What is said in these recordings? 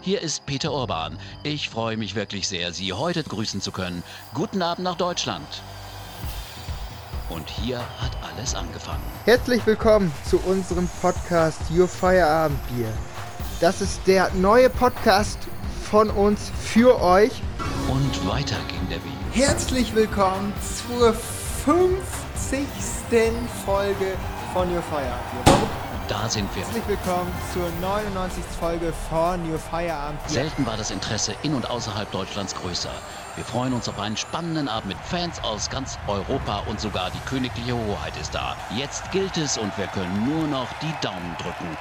Hier ist Peter Urban. Ich freue mich wirklich sehr, Sie heute grüßen zu können. Guten Abend nach Deutschland. Und hier hat alles angefangen. Herzlich willkommen zu unserem Podcast Your Feierabendbier. Das ist der neue Podcast von uns für euch. Und weiter ging der Weg. Herzlich willkommen zur 50. Folge von Your Feierabendbier. Da sind wir. Herzlich willkommen zur 99. Folge von Your Feierabendbier. Selten war das Interesse in- und außerhalb Deutschlands größer. Wir freuen uns auf einen spannenden Abend mit Fans aus ganz Europa und sogar die königliche Hoheit ist da. Jetzt gilt es und wir können nur noch die Daumen drücken.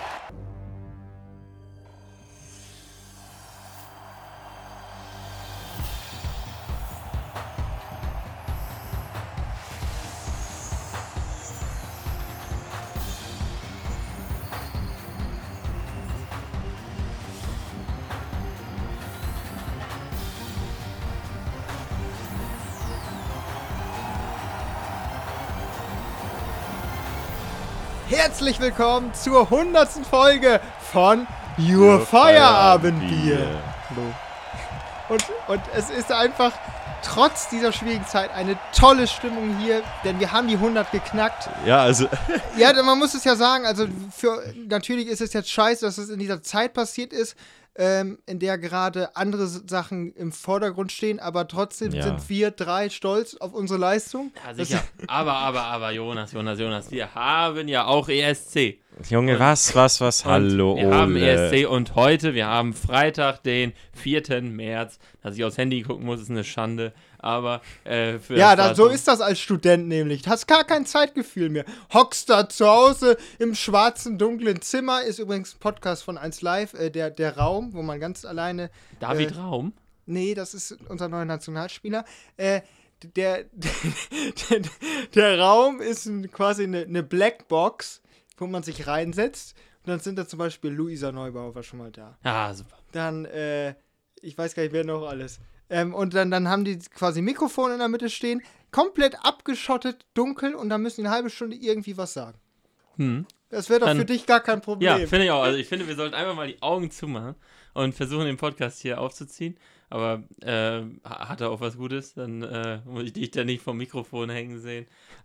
Herzlich willkommen zur 100. Folge von Your Feierabendbier. Und es ist einfach trotz dieser schwierigen Zeit eine tolle Stimmung hier, denn wir haben die 100 geknackt. Ja, also... Ja, man muss es ja sagen, also natürlich ist es jetzt scheiße, dass es in dieser Zeit passiert ist, in der gerade andere Sachen im Vordergrund stehen, aber trotzdem sind wir drei stolz auf unsere Leistung. Ja, sicher. Aber, Jonas, wir haben ja auch ESC. Junge, was? Hallo, wir haben ESC und heute, wir haben Freitag, den 4. März. Dass ich aufs Handy gucken muss, ist eine Schande. Aber so ist das als Student nämlich. Du hast gar kein Zeitgefühl mehr. Hockst da zu Hause im schwarzen, dunklen Zimmer. Ist übrigens ein Podcast von 1Live, der Raum, wo man ganz alleine... David Raum? Nee, das ist unser neuer Nationalspieler. Der Raum ist quasi eine Blackbox, wo man sich reinsetzt. Und dann sind da zum Beispiel Luisa Neubauer schon mal da. Ah, super. Dann, ich weiß gar nicht, wer noch alles. Und dann haben die quasi Mikrofon in der Mitte stehen, komplett abgeschottet, dunkel, und dann müssen die eine halbe Stunde irgendwie was sagen. Das wäre doch für dich gar kein Problem. Ja, finde ich auch. Also ich finde, wir sollten einfach mal die Augen zumachen und versuchen, den Podcast hier aufzuziehen. Aber hat er auch was Gutes, dann muss ich dich da nicht vom Mikrofon hängen sehen.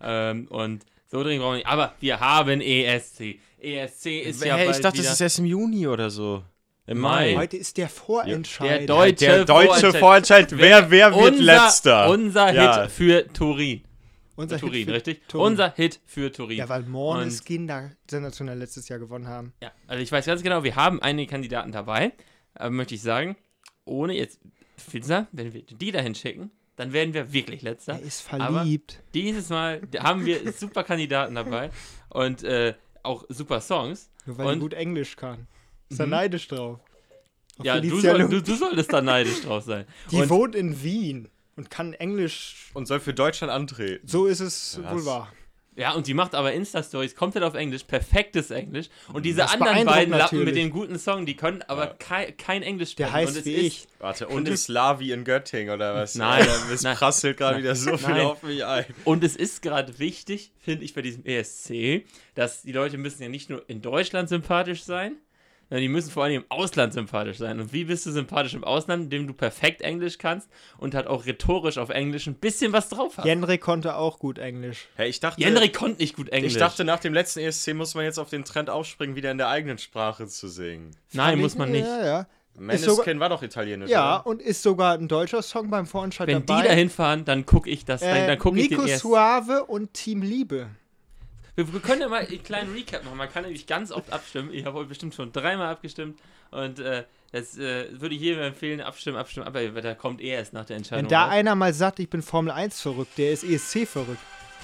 Und so dringend brauchen wir nicht. Aber wir haben ESC. ESC ist ja bald ich dachte, wieder... das ist erst im Juni oder so. Im Mai. Heute ist der Vorentscheid. Der deutsche Vorentscheid. Wer wird letzter? Unser Hit für Turin. Unser Turin, Hit für richtig? Turin. Unser Hit für Turin. Ja, weil Måneskin da sensationell letztes Jahr gewonnen haben. Ja, also ich weiß ganz genau, wir haben einige Kandidaten dabei. Aber möchte ich sagen, ohne jetzt Pizza, wenn wir die dahin schicken, dann werden wir wirklich letzter. Er ist verliebt. Aber dieses Mal haben wir super Kandidaten dabei und auch super Songs. Nur weil er gut Englisch kann. Ist er neidisch drauf. Ja, du solltest da neidisch drauf sein. Die wohnt in Wien und kann Englisch. Und soll für Deutschland antreten. So ist es wohl wahr. Ja, und die macht aber Insta-Stories komplett auf Englisch, perfektes Englisch. Und diese das anderen beiden natürlich. Lappen mit dem guten Song, die können aber kein Englisch sprechen. Der heißt und wie ich. Warte, und ist Slavi in Göttingen oder was? Nein. Es prasselt gerade wieder so viel auf mich ein. Und es ist gerade wichtig, finde ich, bei diesem ESC, dass die Leute müssen ja nicht nur in Deutschland sympathisch sein, sondern die müssen vor allem im Ausland sympathisch sein. Und wie bist du sympathisch im Ausland? Indem du perfekt Englisch kannst und halt auch rhetorisch auf Englisch ein bisschen was drauf hast. Jenrik konnte auch gut Englisch. Hey, Jenrik konnte nicht gut Englisch. Ich dachte, nach dem letzten ESC muss man jetzt auf den Trend aufspringen, wieder in der eigenen Sprache zu singen. Nein, muss man nicht. Ja. Måneskin war doch italienisch, ja, oder? Und ist sogar ein deutscher Song beim Vorentscheid Wenn dabei. die da hinfahren, dann gucke ich das. Dann gucke ich den Nico ESC. Suave und Team Liebe. Wir können ja mal einen kleinen Recap machen. Man kann nämlich ganz oft abstimmen. Ich habe heute bestimmt schon 3-mal abgestimmt. Und das würde ich jedem empfehlen, abstimmen. Aber da kommt erst nach der Entscheidung. Wenn da einer mal sagt, ich bin Formel 1 verrückt, der ist ESC verrückt.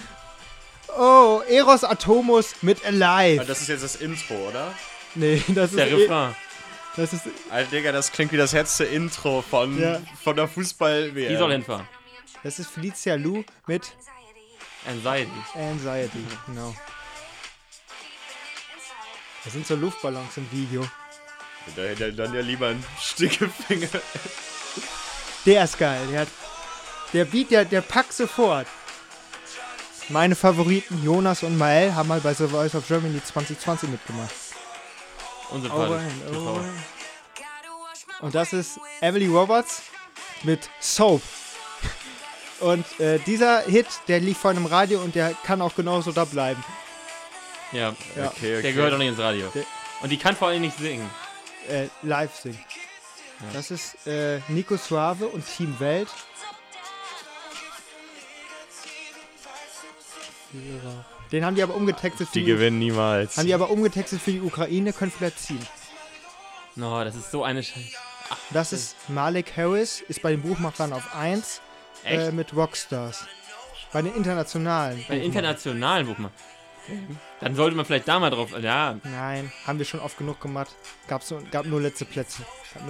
Oh, Eros Atomos mit Alive. Das ist jetzt das Intro, oder? Nee, das ist der Refrain. Das ist... Alter, Digga, das klingt wie das letzte Intro von der Fußball-WM. Die soll hinfahren. Das ist Felicia Lou mit Anxiety, genau. Das sind so Luftballons im Video. Da hätte er dann ja lieber einen Stickefinger. Der ist geil. Der Beat, der packt sofort. Meine Favoriten Jonas und Mael haben mal bei The Voice of Germany 2020 mitgemacht. Unsympathisch. Und das ist Emily Roberts mit Soap. Und dieser Hit, der lief vorhin im Radio und der kann auch genauso da bleiben. Ja, Okay. der gehört auch nicht ins Radio. Der- Und die kann vor allem nicht singen. Live singen. Ja. Das ist Nico Suave und Team Welt. Den haben die aber umgetextet für Die gewinnen niemals. Haben die aber umgetextet für die Ukraine, können vielleicht ziehen. No, das ist so eine Scheiße. Das ist Malik Harris, ist bei den Buchmachern auf 1 Echt? mit Rockstars. Bei den internationalen. Bei den Buchmachern. internationalen Buchmann. Dann sollte man vielleicht da mal drauf. Ja, Nein, haben wir schon oft genug gemacht. Gab nur letzte Plätze.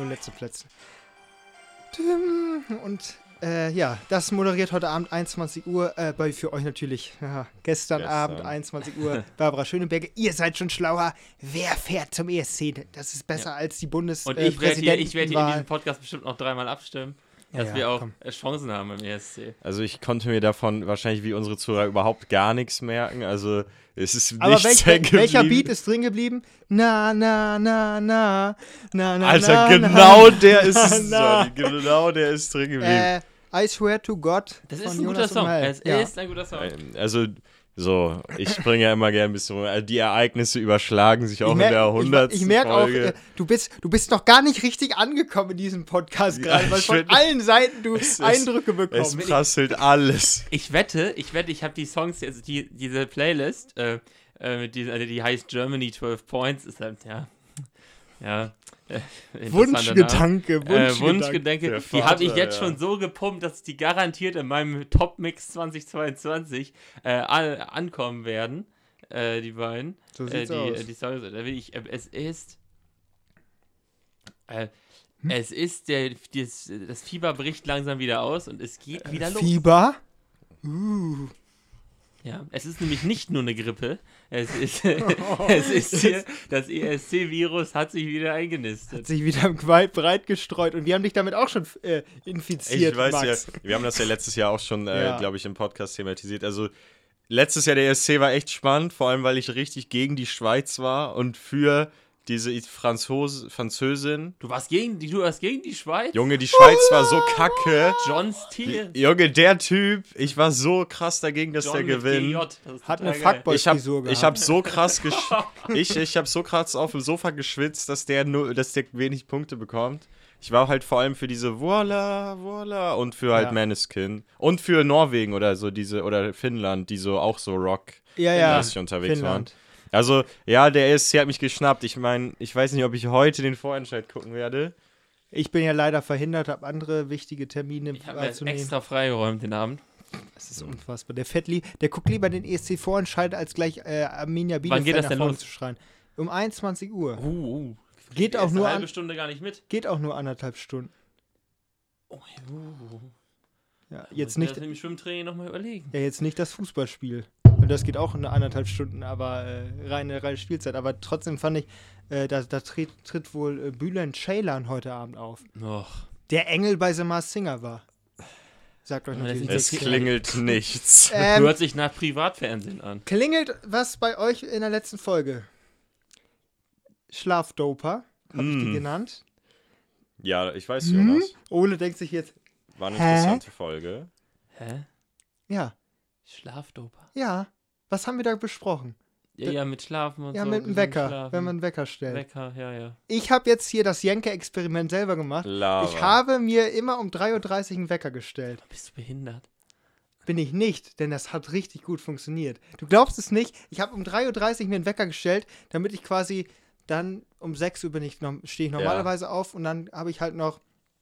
Und ja, das moderiert heute Abend 21 Uhr, für euch natürlich gestern Abend 21 Uhr Barbara Schöneberger. Ihr seid schon schlauer. Wer fährt zum ESC? Das ist besser als die und ich werde hier in Bundespräsidentenwahl. diesem Podcast bestimmt noch 3-mal abstimmen, dass Ja, wir auch komm. Chancen haben im ESC. Also ich konnte mir davon wahrscheinlich wie unsere Zuhörer überhaupt gar nichts merken. Also es ist Aber nichts hängen welcher geblieben. Beat ist drin geblieben? Na, na, na, na, na, na, Alter, na, genau der ist na, es. na. Sorry, genau der ist drin geblieben. I Swear to God. Das von ist ein guter Jonas Song. Umhell. Es Ja. ist ein guter Song. Also, so, ich springe ja immer gerne ein bisschen rum. Also die Ereignisse überschlagen sich auch Ich in merk- der 100. Ich merke auch, Folge. du bist noch gar nicht richtig angekommen in diesem Podcast Ja, gerade, weil ich von find- allen Seiten du Es ist- Eindrücke Es bekommst. prasselt alles. Ich wette, ich habe die Songs, also diese Playlist, mit diesen, also die heißt Germany 12 Points, ist halt, interessanter Wunschgedanke, Name. Wunschgedanke. Wunschgedanke, Der die habe ich Vater, jetzt ja. schon so gepumpt, dass die garantiert in meinem Top-Mix 2022 ankommen werden, die beiden. So sieht's aus. Die Songs, da will ich, es ist das Fieber bricht langsam wieder aus und es geht wieder los. Fieber? Ja, es ist nämlich nicht nur eine Grippe, es ist hier, das ESC-Virus hat sich wieder eingenistet. Sich wieder weit breit gestreut und wir haben dich damit auch schon infiziert, Ich weiß Max. ja, wir haben das ja letztes Jahr auch schon, Ja. glaube ich, im Podcast thematisiert. Also, letztes Jahr der ESC war echt spannend, vor allem, weil ich richtig gegen die Schweiz war und für diese Französin. Du warst gegen die Schweiz? Junge, die Schweiz war so kacke. John Steele. Junge, der Typ, ich war so krass dagegen, dass der gewinnt. Hat eine Ich Fuckboy-Frisur gehabt. hab so krass ich hab so krass auf dem Sofa geschwitzt, dass der wenig Punkte bekommt. Ich war halt vor allem für diese Voila und für halt Ja. Maneskin und für Norwegen oder so oder Finnland, die so auch so Rock ja, mäßig unterwegs Finnland. waren. Also, ja, der ESC hat mich geschnappt. Ich meine, ich weiß nicht, ob ich heute den Vorentscheid gucken werde. Ich bin ja leider verhindert, habe andere wichtige Termine Ich habe mir jetzt wahrzunehmen. extra freigeräumt den Abend. Das ist unfassbar. Der guckt lieber den ESC-Vorentscheid, als gleich Arminia Wann geht Bielefeld das nach denn vorne los? zu schreien. Um 21 Uhr. Geht auch nur eine halbe an- Stunde gar nicht mit. Geht auch nur 1,5 Stunden. Ja, jetzt nicht, Das mit dem Schwimmtraining nochmal überlegen. ja, jetzt nicht das Fußballspiel. Und das geht auch in 1,5 Stunden, aber reine Spielzeit. Aber trotzdem fand ich, da tritt wohl Bülent Ceylan heute Abend auf. Och. Der Engel bei The Masked Singer war. Sagt euch Aber das natürlich Es ist nichts. klingelt nichts. Hört sich nach Privatfernsehen an. Klingelt was bei euch in der letzten Folge? Schlafdoper, habe ich die genannt. Ja, ich weiß, Jonas. Ole denkt sich jetzt, War eine interessante Folge. Hä? ja, Schlafdoper? ja, was haben wir da besprochen? Ja, mit Schlafen und Ja, so. mit dem gesund Wecker, schlafen. wenn man einen Wecker stellt. Wecker, ja. Ich habe jetzt hier das Jenke-Experiment selber gemacht. Lava. Ich habe mir immer um 3.30 Uhr einen Wecker gestellt. Bist du behindert? Bin ich nicht, denn das hat richtig gut funktioniert. Du glaubst es nicht, ich habe um 3.30 Uhr mir einen Wecker gestellt, damit ich quasi dann um 6 Uhr stehe ich normalerweise auf und dann habe ich halt noch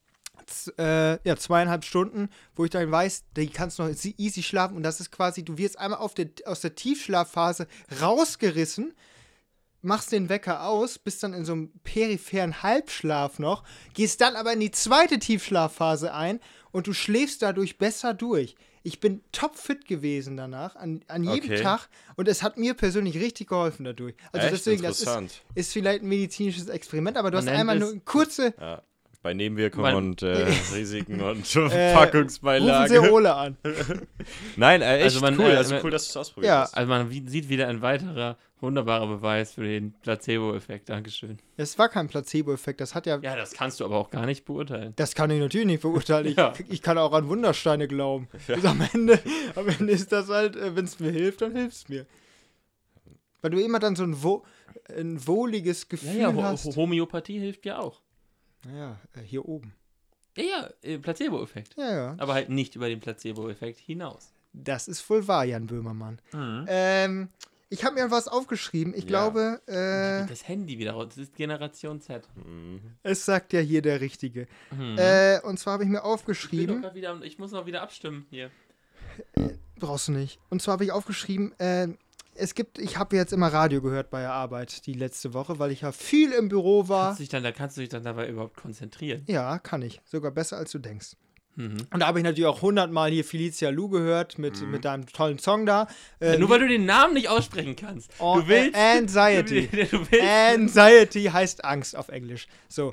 2,5 Stunden, wo ich dann weiß, die kannst du noch easy schlafen und das ist quasi, du wirst einmal aus der Tiefschlafphase rausgerissen, machst den Wecker aus, bist dann in so einem peripheren Halbschlaf noch, gehst dann aber in die zweite Tiefschlafphase ein und du schläfst dadurch besser durch. Ich bin topfit gewesen danach, an jedem Okay. Tag und es hat mir persönlich richtig geholfen dadurch. Also Echt deswegen, das interessant. ist vielleicht ein medizinisches Experiment, aber du Man hast nennt einmal es- nur eine kurze Ja. Bei Nebenwirkungen Weil- und Risiken und Rufen Packungsbeilage. Sie Ole an. Nein, echt Also man, cool. also Cool, dass du es ausprobiert Ja. hast. Also man sieht wieder ein weiterer wunderbarer Beweis für den Placebo-Effekt. Dankeschön. Es war kein Placebo-Effekt, das hat ja. Ja, das kannst du aber auch gar nicht beurteilen. Das kann ich natürlich nicht beurteilen. Ja. Ich kann auch an Wundersteine glauben. Also am Ende ist das halt, wenn es mir hilft, dann hilft es mir. Weil du immer dann so ein wohliges Gefühl hast. Homöopathie hilft ja auch. Naja, hier oben. Ja, Placebo-Effekt. Ja, ja. Aber halt nicht über den Placebo-Effekt hinaus. Das ist wohl wahr, Jan Böhmermann. Mhm. Ich habe mir was aufgeschrieben. Ich Ja. glaube, Das Handy wieder raus. Das ist Generation Z. es sagt ja hier der Richtige. Mhm. Und zwar habe ich mir Ich, bin doch aufgeschrieben. grad wieder, ich muss noch wieder abstimmen hier. Brauchst du nicht. Und zwar habe ich aufgeschrieben, ich habe jetzt immer Radio gehört bei der Arbeit die letzte Woche, weil ich ja viel im Büro war. Kannst du dich dann dabei überhaupt konzentrieren? Ja, kann ich. Sogar besser als du denkst. Mhm. Und da habe ich natürlich auch 100-mal hier Felicia Lu gehört mit deinem tollen Song da. Nur weil du den Namen nicht aussprechen kannst. Oh, Du willst. Anxiety. Du willst. Anxiety heißt Angst auf Englisch. So.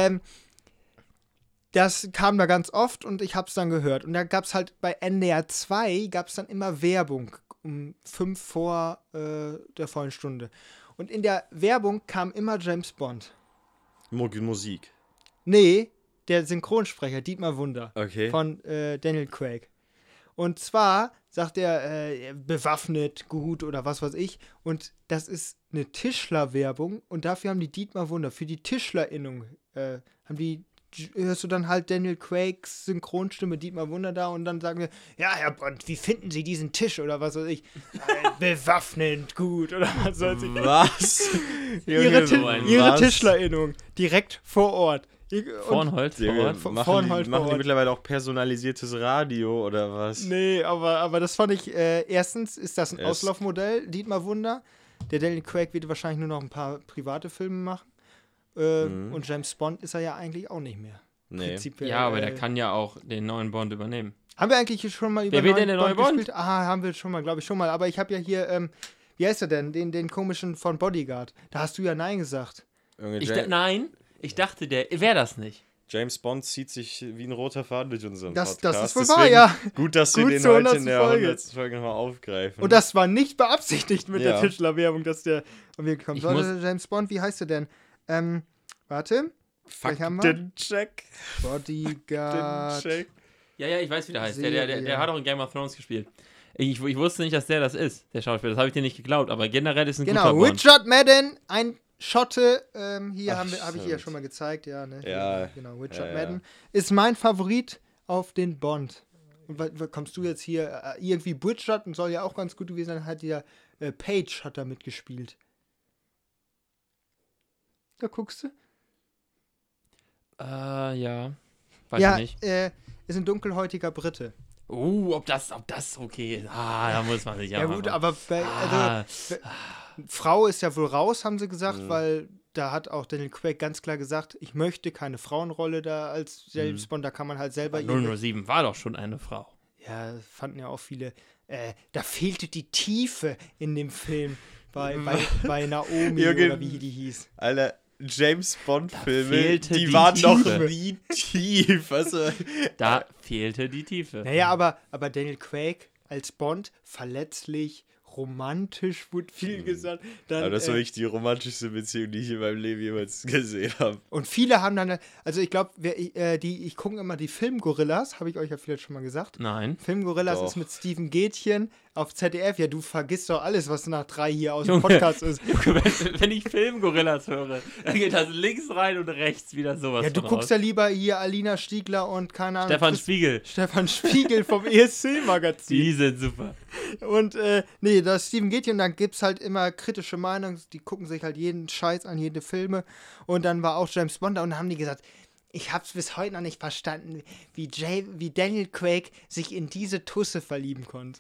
Das kam da ganz oft und ich habe es dann gehört. Und da gab es halt bei NDR 2 gab es dann immer Werbung um 5 vor der vollen Stunde. Und in der Werbung kam immer James Bond. Musik. Nee, der Synchronsprecher Dietmar Wunder Okay. von Daniel Craig. Und zwar sagt er, bewaffnet, gut oder was weiß ich. Und das ist eine Tischlerwerbung. Und dafür haben die Dietmar Wunder, für die Tischlerinnung, hörst du dann halt Daniel Craigs Synchronstimme, Dietmar Wunder da. Und dann sagen wir, ja, Herr Bond, wie finden Sie diesen Tisch oder was weiß ich. Bewaffnet, gut oder was weiß ich. Was? Ihre, so ein ihre was? Tischlerinnung, direkt vor Ort. Vornholz vor Junge, Ort. Vorn halt machen vor die Ort. mittlerweile auch personalisiertes Radio oder was? Nee, aber das fand ich, erstens ist das ein Es- Auslaufmodell, Dietmar Wunder. Der Daniel Craig wird wahrscheinlich nur noch ein paar private Filme machen. Und James Bond ist er ja eigentlich auch nicht mehr. Nee. Prinzipiell. Ja, aber der kann ja auch den neuen Bond übernehmen. Haben wir eigentlich schon mal über Wer wird denn der neue Bond? gespielt? Ah, haben wir schon mal, glaube ich schon mal. Aber ich habe ja hier, wie heißt er denn? Den komischen von Bodyguard. Da hast du ja Nein gesagt. Junge, Nein, ich dachte, der wäre das nicht. James Bond zieht sich wie ein roter Faden durch unseren Das Podcast. ist wohl wahr, Deswegen ja. Gut, dass wir Gut den zur heute in 100. der Folge. 100. Folge nochmal aufgreifen. Und das war nicht beabsichtigt mit der Ja. Tischlerwerbung, dass der von mir kommt. Ich Sollte James Bond, wie heißt er denn? Warte. Gleich haben wir. Faktencheck. Bodyguard. Faktencheck. Ja, ich weiß, wie der heißt. Serie. Der hat auch in Game of Thrones gespielt. Ich wusste nicht, dass der das ist, der Schauspieler. Das habe ich dir nicht geglaubt, aber generell ist ein guter Genau, Bond. Richard Madden, ein Schotte, hier Ach, habe ich hier stimmt. schon mal gezeigt, ja, ne? Ja. Genau, Richard Ja, ja. Madden ist mein Favorit auf den Bond. Und kommst du jetzt hier, irgendwie Bridgerton soll ja auch ganz gut gewesen sein, hat der Page hat da mitgespielt. Da guckst du? Ja. Weiß Ja, ich nicht. ist ein dunkelhäutiger Brite. Ob das okay ist. Da muss man sich Ja, gut, mal- aber Frau ist ja wohl raus, haben sie gesagt, weil da hat auch Daniel Craig ganz klar gesagt, ich möchte keine Frauenrolle da als James Bond, da kann man halt selber 007 war doch schon eine Frau. Ja, das fanden ja auch viele. Da fehlte die Tiefe in dem Film bei Naomi Jürgen. oder wie die hieß. Alter, James Bond-Filme, fehlte die die waren noch Tiefe. nie tief. Also, Da fehlte die Tiefe. Naja, aber Daniel Craig als Bond, verletzlich, romantisch, wurde viel gesagt. Dann, aber das war wirklich die romantischste Beziehung, die ich in meinem Leben jemals gesehen habe. und viele haben dann, also ich glaube, ich gucke immer die Filmgorillas, habe ich euch ja vielleicht schon mal gesagt. Nein. Filmgorillas Doch. ist mit Steven Gätchen auf ZDF. Ja, du vergisst doch alles, was nach 3 hier aus dem Junge. Podcast ist. Wenn ich Filmgorillas höre, dann geht das links rein und rechts wieder sowas Ja, du von guckst raus. ja lieber hier Alina Stiegler und keine Ahnung. Stefan Spiegel. Stefan Spiegel vom ESC-Magazin. Die sind super. Und nee, da ist Steven Gätchen, dann gibt's halt immer kritische Meinungen, die gucken sich halt jeden Scheiß an, jede Filme. Und dann war auch James Bond da und dann haben die gesagt, ich hab's bis heute noch nicht verstanden, wie Daniel Craig sich in diese Tusse verlieben konnte.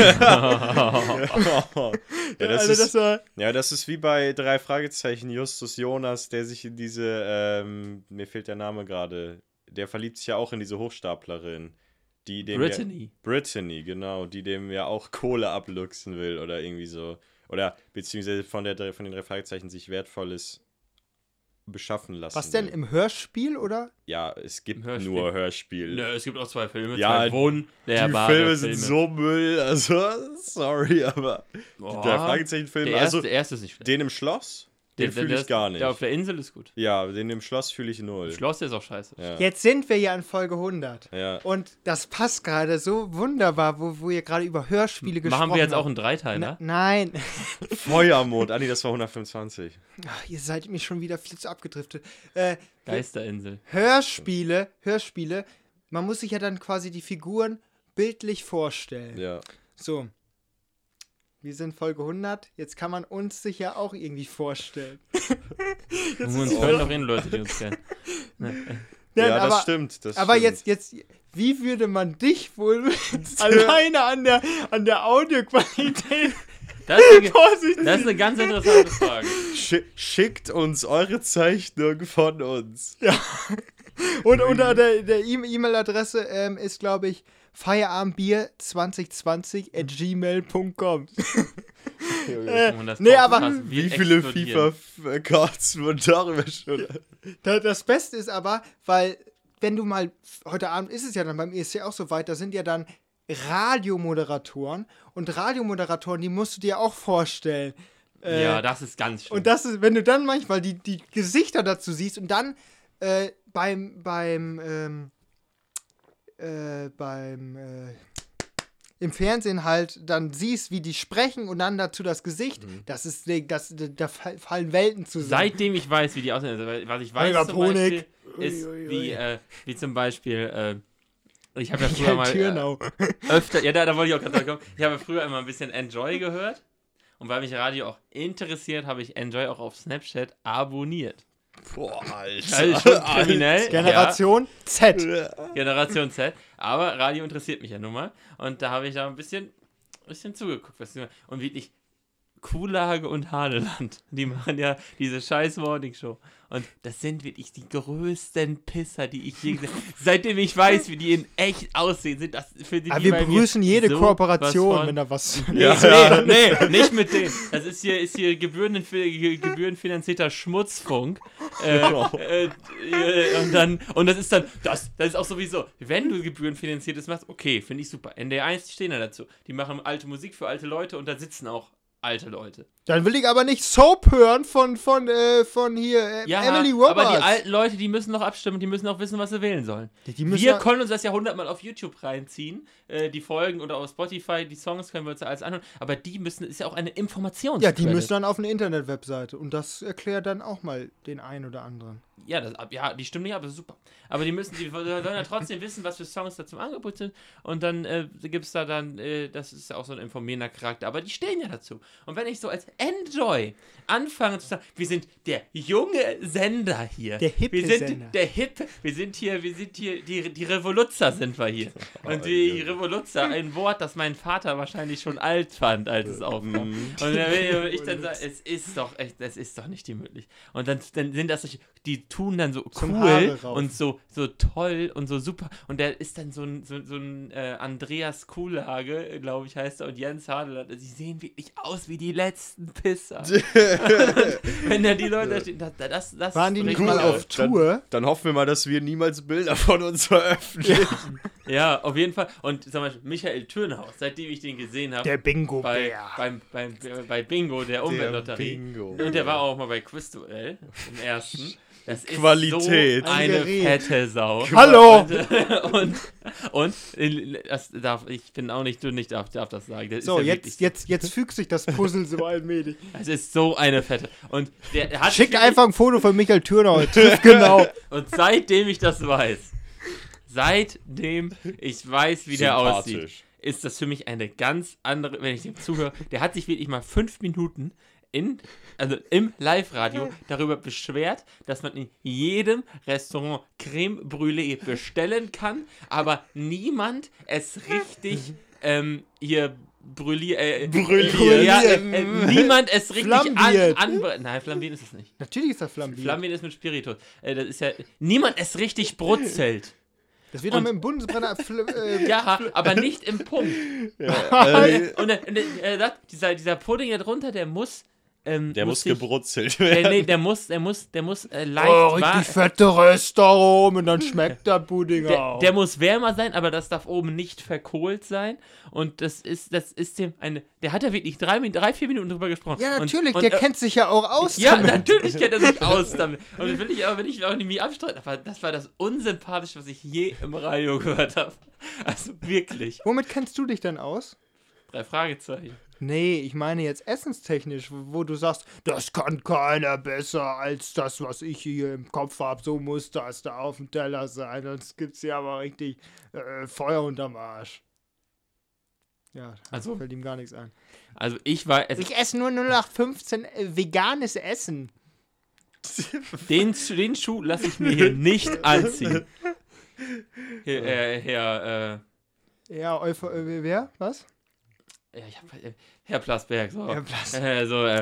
Das ist wie bei 3 Fragezeichen Justus Jonas, der sich in diese, mir fehlt der Name gerade, der verliebt sich ja auch in diese Hochstaplerin. Die dem Brittany, genau, die dem ja auch Kohle abluchsen will oder irgendwie so. Oder beziehungsweise von den 3 Fragezeichen sich Wertvolles beschaffen lassen. Was denn, im Hörspiel, oder? Ja, es gibt Hörspiel. nur Hörspiel. Nö, es gibt auch 2 Filme, Ja, 2 wunderbare die Filme sind so Müll, also, sorry, aber der Fragezeichen-Film, der erste ist nicht schlecht. Den im Schloss, den fühle ich gar nicht. Der auf der Insel ist gut. Ja, den im Schloss fühle ich 0. Das Schloss ist auch scheiße. Ja. Jetzt sind wir ja in Folge 100. Ja. Und das passt gerade so wunderbar, wo ihr gerade über Hörspiele gesprochen habt. Machen wir jetzt auch einen Dreiteiler? Nein. Feuermond, Andi, das war 125. Ach, ihr seid mir schon wieder viel zu abgedriftet. Geisterinsel. Hörspiele, man muss sich ja dann quasi die Figuren bildlich vorstellen. Ja. So. Wir sind Folge 100, jetzt kann man uns sich ja auch irgendwie vorstellen. Uns hören doch Leute, die uns kennen. Ja, das aber, stimmt. Aber stimmt. jetzt, wie würde man dich wohl alleine an der Audioqualität Das ist eine ganz interessante Frage. Schickt uns eure Zeichnung von uns. Ja. Und unter der E-Mail-Adresse ist, glaube ich, feierabendbier2020@gmail.com. Nee, aber wie viele FIFA-Cards wurden darüber schon? Das Beste ist aber, weil, wenn du mal, heute Abend ist es ja dann beim ESC auch so weit, da sind ja dann Radiomoderatoren und Radiomoderatoren, die musst du dir auch vorstellen. Ja, das ist ganz schön. Und das ist, wenn du dann manchmal die Gesichter dazu siehst und dann im Fernsehen halt dann siehst, wie die sprechen und dann dazu das Gesicht, da fallen Welten zusammen. Seitdem ich weiß, wie die aussehen, also, was ich weiß zum Beispiel, ist, wie zum Beispiel, ich habe ja früher mal öfter, ja, da wollte ich auch gerade kommen, ich habe früher immer ein bisschen Enjoy gehört und weil mich Radio auch interessiert, habe ich Enjoy auch auf Snapchat abonniert. Boah, Alter. Das ist schon kriminell. Generation Z. Generation Z. Aber Radio interessiert mich ja nun mal. Und da habe ich da ein bisschen zugeguckt. Und wirklich Kuhlage und Hadeland. Die machen ja diese scheiß Morning-Show. Und das sind wirklich die größten Pisser, die ich je gesehen habe. Seitdem ich weiß, wie die in echt aussehen, sind das für die. Aber wir begrüßen jede so Kooperation, wenn da was. Nee, nicht mit denen. Das ist hier gebührenfinanzierter Schmutzfunk. Und das ist auch sowieso, wenn du gebührenfinanziertes machst, okay, finde ich super. NDR1, die stehen da dazu. Die machen alte Musik für alte Leute und da sitzen auch alte Leute. Dann will ich aber nicht Soap hören von hier, ja, Emily Roberts. Aber die alten Leute, die müssen noch abstimmen, die müssen auch wissen, was sie wählen sollen. Wir können uns das ja 100-mal auf YouTube reinziehen, die Folgen oder auf Spotify, die Songs können wir uns ja alles anhören, aber die ist ja auch eine Informationsquelle. Ja, die müssen dann auf eine Internetwebseite und das erklärt dann auch mal den einen oder anderen. Ja, die stimmen nicht, aber super. Aber die sollen ja trotzdem wissen, was für Songs da zum Angebot sind. Und dann gibt es da das ist ja auch so ein informierender Charakter, aber die stehen ja dazu. Und wenn ich so als Enjoy anfange zu sagen, wir sind der junge Sender hier. Der hippe Sender. Wir sind hier, die Revoluzzer sind wir hier. Und die Revoluzzer, ein Wort, das mein Vater wahrscheinlich schon alt fand, als es aufkam. Und wenn ich dann sage, es ist doch nicht die Möglichkeit. Und dann sind das solche, die tun dann so cool und so toll und so super. Und der ist dann so ein Andreas Kuhlhage, glaube ich, heißt er, und Jens Hadeland. Sie sehen wirklich aus wie die letzten Pisser. Wenn da die Leute da stehen, das waren die nicht mal auf Tour? Dann hoffen wir mal, dass wir niemals Bilder von uns veröffentlichen. Ja, auf jeden Fall. Und zum Beispiel Michael Thürnhaus, seitdem ich den gesehen habe. Der Bingo-Bär. Bei Bingo, der Umweltlotterie. Bingo. Und der war auch mal bei Quizduell, im ersten. Das ist Qualität. So eine fette Sau. Hallo! Ich bin auch nicht dünn, ich darf das sagen. Das so, ist ja jetzt fügt sich das Puzzle so allmählich. Es ist so eine fette. Und der hat Schick einfach ein Foto von Michael Thürnhaus. Genau. Und seitdem ich das weiß, wie der aussieht, ist das für mich eine ganz andere, wenn ich dem zuhöre, der hat sich wirklich mal 5 Minuten im Live-Radio darüber beschwert, dass man in jedem Restaurant Creme Brûlée bestellen kann, aber niemand es richtig niemand es richtig anbrät. Nein, flambieren ist es nicht. Natürlich ist das flambiert. Flambieren ist mit Spiritus. Das ist ja, niemand es richtig brutzelt. Das wird doch mit dem Bundesbrenner. Ja, aber nicht im Punkt. Ja, und dieser Pudding da drunter, der muss der muss gebrutzelt werden. Nee, der muss leicht richtig fette Restaurant und dann schmeckt der Pudding auch. Der muss wärmer sein, aber das darf oben nicht verkohlt sein. Und das ist dem der hat ja wirklich 3-4 Minuten drüber gesprochen. Ja, natürlich, der kennt sich ja auch aus ja, damit. Ja, natürlich kennt er sich aus damit. Und das will ich auch nicht abstreiten. Aber das war das Unsympathischste, was ich je im Radio gehört habe. Also wirklich. Womit kennst du dich denn aus? 3 Fragezeichen. Nee, ich meine jetzt essenstechnisch, wo du sagst, das kann keiner besser als das, was ich hier im Kopf habe. So muss das da auf dem Teller sein. Sonst gibt's ja aber richtig Feuer unterm Arsch. Ja, also fällt ihm gar nichts ein. Also ich esse nur 0815 veganes Essen. Den Schuh lasse ich mir hier nicht anziehen. Wer? Was? Ja, Herr Plasberg, so. Herr Plas. Junge,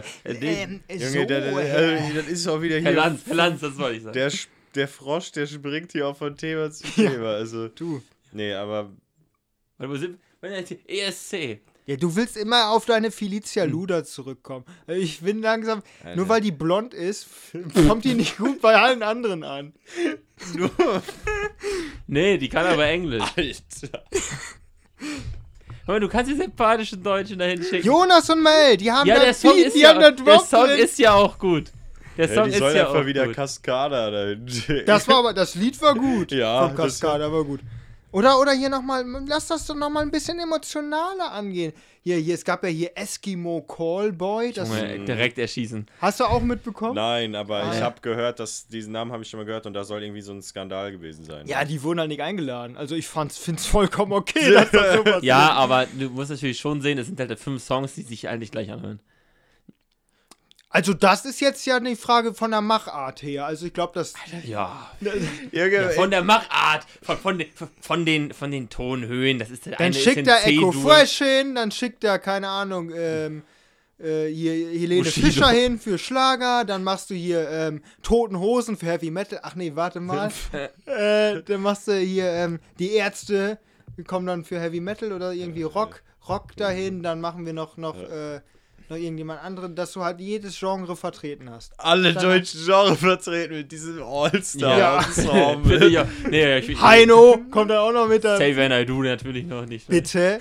das ist auch wieder hier. Herr Lanz, das wollte ich sagen. Der Frosch, der springt hier auch von Thema zu Thema. Also, du. Nee, aber. Wo sind wir? ESC. Ja, du willst immer auf deine Felicia Luda zurückkommen. Ich bin langsam, nur weil die blond ist, kommt die nicht gut bei allen anderen an. Nee, die kann aber Englisch. Alter. Aber du kannst die sympathischen Deutschen dahin schicken. Jonas und Mel, die haben der Song ist ja auch gut. Der Song ist ja auch wieder gut. Cascada dahin schicken. Das Lied war gut. Ja, von Cascada war gut. Oder hier nochmal, lass das doch nochmal ein bisschen emotionaler angehen. Hier, es gab ja hier Eskimo Callboy. Direkt erschießen. Hast du auch mitbekommen? Nein, aber ich habe gehört, diesen Namen habe ich schon mal gehört und da soll irgendwie so ein Skandal gewesen sein. Ja, die wurden halt nicht eingeladen. Also ich finde es vollkommen okay, dass das so passiert. Ja, aber du musst natürlich schon sehen, es sind halt 5 Songs, die sich eigentlich gleich anhören. Also das ist jetzt ja eine Frage von der Machart her. Also ich glaube, das... Ja, von der Machart, von den Tonhöhen, das ist der Dann eine schickt ist er Echo C-Dur. Fresh hin, dann schickt er, keine Ahnung, hier Helene Bushido. Fischer hin für Schlager, dann machst du hier Toten Hosen für Heavy Metal. Ach nee, warte mal. Dann machst du hier die Ärzte, die kommen dann für Heavy Metal oder irgendwie Rock dahin, dann machen wir noch irgendjemand anderen, dass du halt jedes Genre vertreten hast. Alle deutschen Genre vertreten mit diesem All-Star-Ensemble. Ja. Heino kommt da auch noch mit. Say When I Do natürlich noch nicht. Bitte?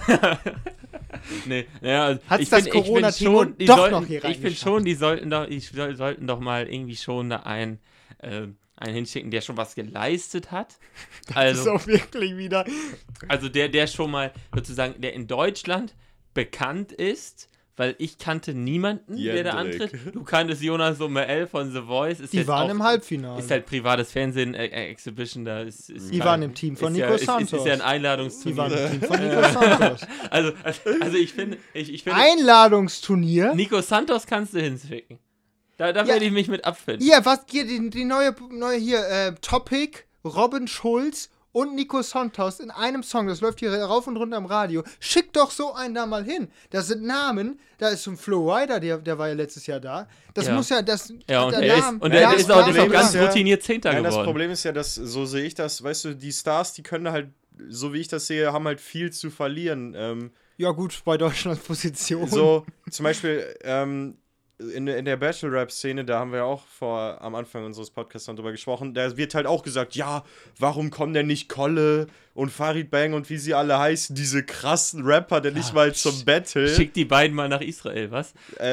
Nee, also hat's das Corona-Team doch noch hier Ich finde schon, die sollten doch mal irgendwie schon da einen hinschicken, der schon was geleistet hat. Das ist auch wirklich wieder... Also der schon mal sozusagen, der in Deutschland bekannt ist, weil ich kannte niemanden, der da antritt. Du kanntest Jonas und Mel von The Voice. Die waren im Halbfinale. Ist halt privates Fernsehen, Exhibition, da ist die waren im Team von Nico Santos. Ist ja ein Einladungsturnier. Die waren im Team von Nico Santos. Also ich finde... Einladungsturnier? Nico Santos kannst du hinschicken. Da werde ich mich mit abfinden. Ja, was hier, die neue hier, Topic, Robin Schulz und Nico Santos in einem Song, das läuft hier rauf und runter im Radio. Schick doch so einen da mal hin. Das sind Namen, da ist so ein Flo Rida, der war ja letztes Jahr da. Das muss ja, das... Ja, und der ist auch ganz routiniert Zehnter geworden. Das Problem ist ja, dass, so sehe ich das, weißt du, die Stars, die können halt, so wie ich das sehe, haben halt viel zu verlieren. Ja gut, bei Deutschlands Position. So, zum Beispiel, in der Battle-Rap-Szene, da haben wir auch am Anfang unseres Podcasts drüber gesprochen, da wird halt auch gesagt, ja, warum kommen denn nicht Kolle und Farid Bang und wie sie alle heißen, diese krassen Rapper, denn nicht mal zum Battle. Schick die beiden mal nach Israel, was?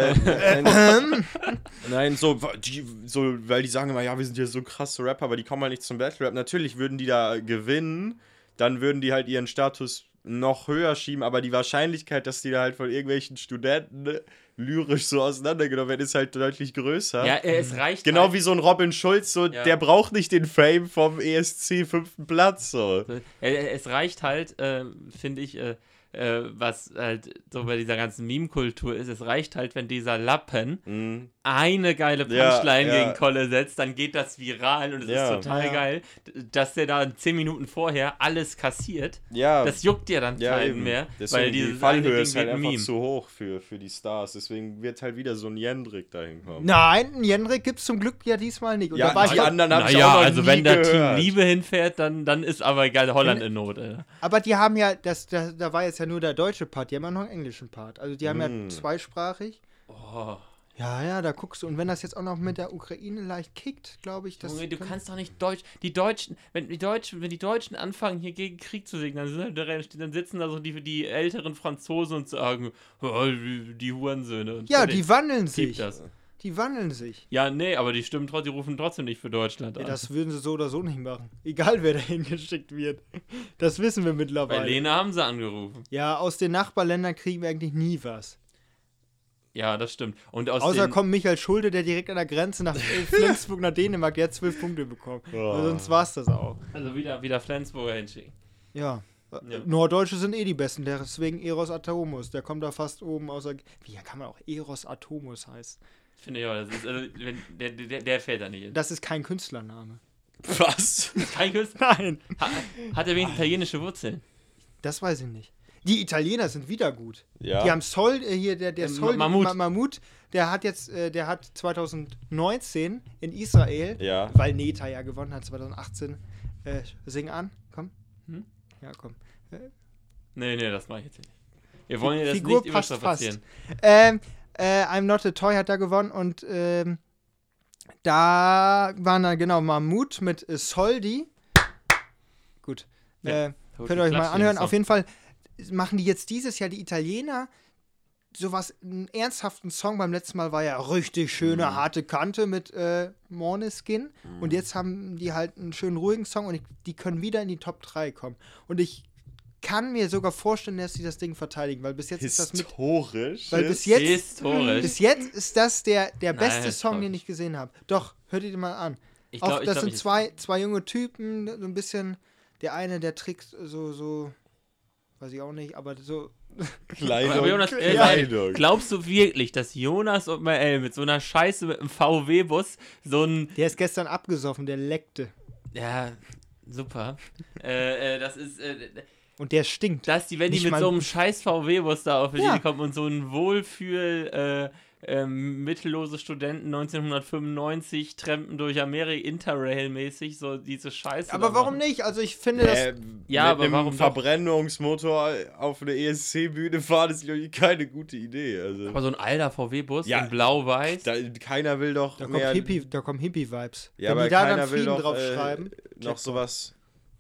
Nein, weil die sagen immer, ja, wir sind ja so krasse Rapper, aber die kommen halt nicht zum Battle-Rap. Natürlich würden die da gewinnen, dann würden die halt ihren Status noch höher schieben, aber die Wahrscheinlichkeit, dass die da halt von irgendwelchen Studenten lyrisch so auseinandergenommen werden, ist halt deutlich größer. Ja, es reicht genau halt. Wie so ein Robin Schulz, der braucht nicht den Fame vom ESC 5. Platz. So. Es reicht halt, finde ich, was halt so bei dieser ganzen Meme-Kultur ist, es reicht halt, wenn dieser Lappen eine geile Punchline gegen Kolle setzt, dann geht das viral und es ist total geil, dass der da 10 Minuten vorher alles kassiert. Ja. Das juckt ja dann keinen mehr, deswegen weil die Fallhöhe ist halt einfach zu hoch für die Stars, deswegen wird halt wieder so ein Jendrik dahin kommen. Nein, ein Jendrik gibt's zum Glück ja diesmal nicht. Und ja, die anderen habe ich auch noch also nie wenn da gehört. Team Liebe hinfährt, dann ist aber geil Holland in Not. Aber die haben ja, da war jetzt ja nur der deutsche Part, die haben ja noch einen englischen Part. Also die haben ja zweisprachig. Oh, Ja, da guckst du. Und wenn das jetzt auch noch mit der Ukraine leicht kickt, glaube ich, dass... Junge, du kannst doch nicht Deutsch... wenn die Deutschen anfangen, hier gegen Krieg zu singen, dann sitzen da so die älteren Franzosen und sagen, oh, die Hurensöhne. Und ja, die wandeln sich. Das. Die wandeln sich. Ja, nee, aber die rufen trotzdem nicht für Deutschland an. Ja, das würden sie so oder so nicht machen. Egal, wer dahin geschickt wird. Das wissen wir mittlerweile. Bei Lena haben sie angerufen. Ja, aus den Nachbarländern kriegen wir eigentlich nie was. Ja, das stimmt. Und außer kommt Michael Schulte, der direkt an der Grenze nach Flensburg nach Dänemark, der hat 12 Punkte bekommen. Oh. Sonst war es das auch. Also wieder Flensburger hinschicken. Ja. Norddeutsche sind die Besten, deswegen Eros Atomus. Der kommt da fast oben außer... Wie kann man auch Eros Atomus heißen? Finde ich auch. Das ist, also, der fällt da nicht hin. Das ist kein Künstlername. Was? Kein Künstler? Nein. Hat er wenigstens italienische Wurzeln? Das weiß ich nicht. Die Italiener sind wieder gut. Ja. Die haben Sol, der Sol, Mammut. der hat 2019 in Israel, weil Neta ja gewonnen hat, 2018, sing an, komm. Ja, komm. Nee, das mache ich jetzt nicht. Wir wollen ja das Figur nicht überstrapazieren. I'm Not a Toy hat da gewonnen und da waren dann genau Mammut mit Soldi. Gut. Könnt ihr euch mal anhören. Auf jeden Fall machen die jetzt dieses Jahr die Italiener sowas, einen ernsthaften Song. Beim letzten Mal war ja richtig schöne, harte Kante mit Måneskin. Und jetzt haben die halt einen schönen, ruhigen Song und die können wieder in die Top 3 kommen. Und ich kann mir sogar vorstellen, dass sie das Ding verteidigen, weil bis jetzt ist das mit... Historisch? Weil bis jetzt ist das der beste Song, den ich gesehen habe. Doch, hört ihr den mal an. Das sind zwei junge Typen, so ein bisschen... Der eine, der trägt so... Weiß ich auch nicht, aber so... Kleidung. Aber Jonas, glaubst du wirklich, dass Jonas und Mael mit so einer Scheiße mit einem VW-Bus so ein... Der ist gestern abgesoffen, der leckte. Ja, super. Das ist... Und der stinkt. Wenn die mit so einem scheiß VW-Bus da auf die Idee kommen und so ein Wohlfühl... mittellose Studenten 1995 trampen durch Amerika Interrail-mäßig, so diese Scheiße. Aber warum nicht? Also ich finde das... Ja, aber mit einem Verbrennungsmotor auf eine ESC-Bühne fahren, ist glaube ich keine gute Idee. Also. Aber so ein alter VW-Bus in blau-weiß. Keiner will doch da mehr... Da kommen Hippie-Vibes. Ja, wenn aber die da keiner dann will Frieden doch draufschreiben. Noch sowas...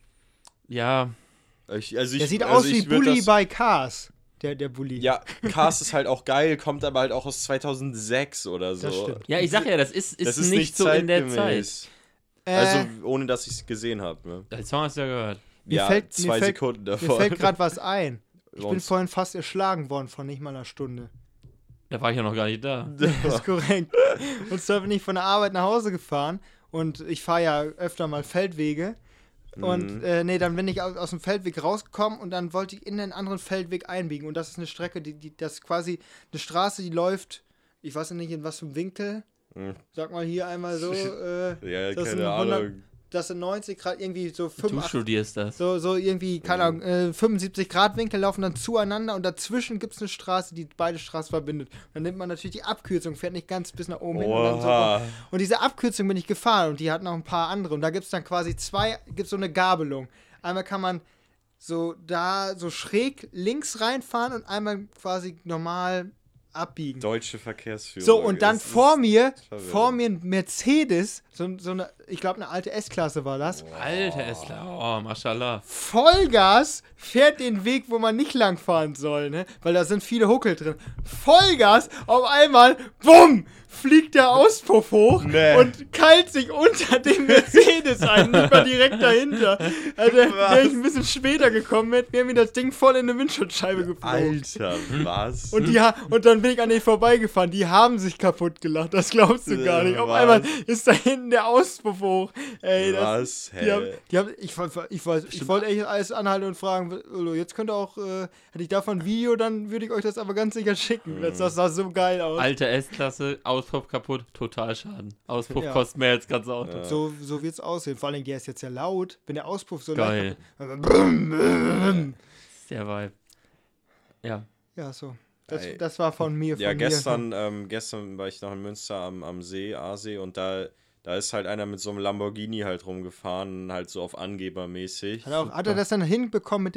Ja. Der sieht aus wie Bully bei Cars. Der Bulli. Ja, Cars ist halt auch geil, kommt aber halt auch aus 2006 oder so. Das stimmt. Ja, ich sag ja, das ist nicht so in der Zeit. Also, ohne dass ich es gesehen habe. Ne? Den Song hast du ja gehört. Mir fällt Sekunden davon. Mir fällt gerade was ein. Ich bin vorhin fast erschlagen worden von nicht mal einer Stunde. Da war ich ja noch gar nicht da. Das ist korrekt. Und zwar bin ich von der Arbeit nach Hause gefahren und ich fahre ja öfter mal Feldwege. Und dann bin ich aus dem Feldweg rausgekommen und dann wollte ich in den anderen Feldweg einbiegen. Und das ist eine Strecke, das ist quasi eine Straße, die läuft, ich weiß nicht in was für einem Winkel. Sag mal hier einmal so. Ja, keine Ahnung. Das sind 90 Grad, irgendwie so 85. Du studierst das. So irgendwie, keine Ahnung, 75 Grad Winkel laufen dann zueinander und dazwischen gibt es eine Straße, die beide Straßen verbindet. Und dann nimmt man natürlich die Abkürzung, fährt nicht ganz bis nach oben hin. Und diese Abkürzung bin ich gefahren und die hat noch ein paar andere. Und da gibt es dann quasi so eine Gabelung. Einmal kann man so schräg links reinfahren und einmal quasi normal abbiegen. Deutsche Verkehrsführung. So, und dann vor mir ein Mercedes, so eine, ich glaube eine alte S-Klasse war das. Wow. Alte S-Klasse, oh, mashallah. Vollgas fährt den Weg, wo man nicht lang fahren soll, ne? Weil da sind viele Huckel drin. Vollgas, auf einmal, bumm, fliegt der Auspuff hoch und keilt sich unter dem Mercedes ein, nicht mal direkt dahinter. Also, wäre ich ein bisschen später gekommen, wäre mir das Ding voll in eine Windschutzscheibe geflogen. Alter, was? Und dann bin ich an denen vorbeigefahren. Die haben sich kaputt gelacht. Das glaubst du gar nicht. Auf einmal ist da hinten der Auspuff hoch. Ey, ich wollte echt alles anhalten und fragen, jetzt könnt ihr auch, hätte ich davon ein Video, dann würde ich euch das aber ganz sicher schicken. Das sah so geil aus. Alte S-Klasse, Auspuff kaputt, Totalschaden. Auspuff kostet mehr als ganze Auto. Ja. So wird es aussehen. Vor allem, der ist jetzt ja laut. Wenn der Auspuff so geil. laut ist der Vibe. Ja. Ja, so. Das war von mir. Gestern war ich noch in Münster am See, Aasee, und da ist halt einer mit so einem Lamborghini halt rumgefahren, halt so auf Angebermäßig. Hat er das dann hinbekommen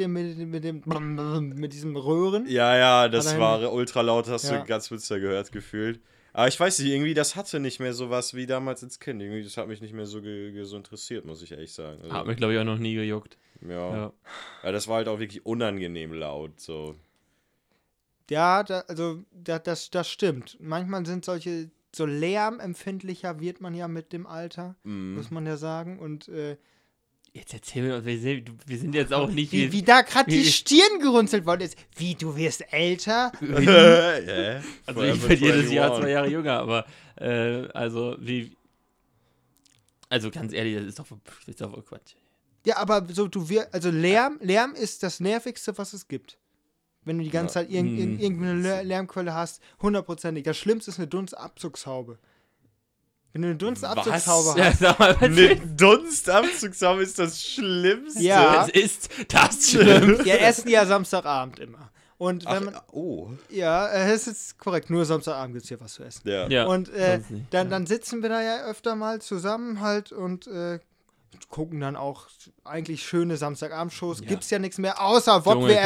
mit diesem Röhren? Ja, das war ultra laut, hast du ganz Münster gehört, gefühlt. Aber ich weiß nicht, irgendwie, das hatte nicht mehr sowas wie damals als Kind. Irgendwie, das hat mich nicht mehr so, so interessiert, muss ich ehrlich sagen. Also, Hat mich, glaube ich, auch noch nie gejuckt. ja. Das war halt auch wirklich unangenehm laut, so. Ja, das stimmt. Manchmal sind so lärmempfindlicher wird man ja mit dem Alter, muss man ja sagen. Und Jetzt erzähl mir, wir sind jetzt auch nicht... wie da gerade die Stirn gerunzelt worden ist. Wie, du wirst älter? Also ich bin jedes Jahr 2 Jahre jünger, aber also ganz ehrlich, das ist doch Quatsch. Ja, aber so Lärm ist das Nervigste, was es gibt. Wenn du die ganze Zeit irgendeine Lärmquelle hast, 100%ig. Das Schlimmste ist eine Dunstabzugshaube. Wenn du eine Dunstabzugshaube hast. Ja, Eine Dunstabzugshaube ist das Schlimmste. Ja. Das ist das Schlimmste. Wir essen ja Samstagabend immer. Und wenn man. Oh. Ja, es ist korrekt. Nur Samstagabend gibt es hier was zu essen. Ja. Und sonst nicht. dann sitzen wir da ja öfter mal zusammen halt und gucken dann auch eigentlich schöne Samstagabendshows. Ja. Gibt's ja nichts mehr, außer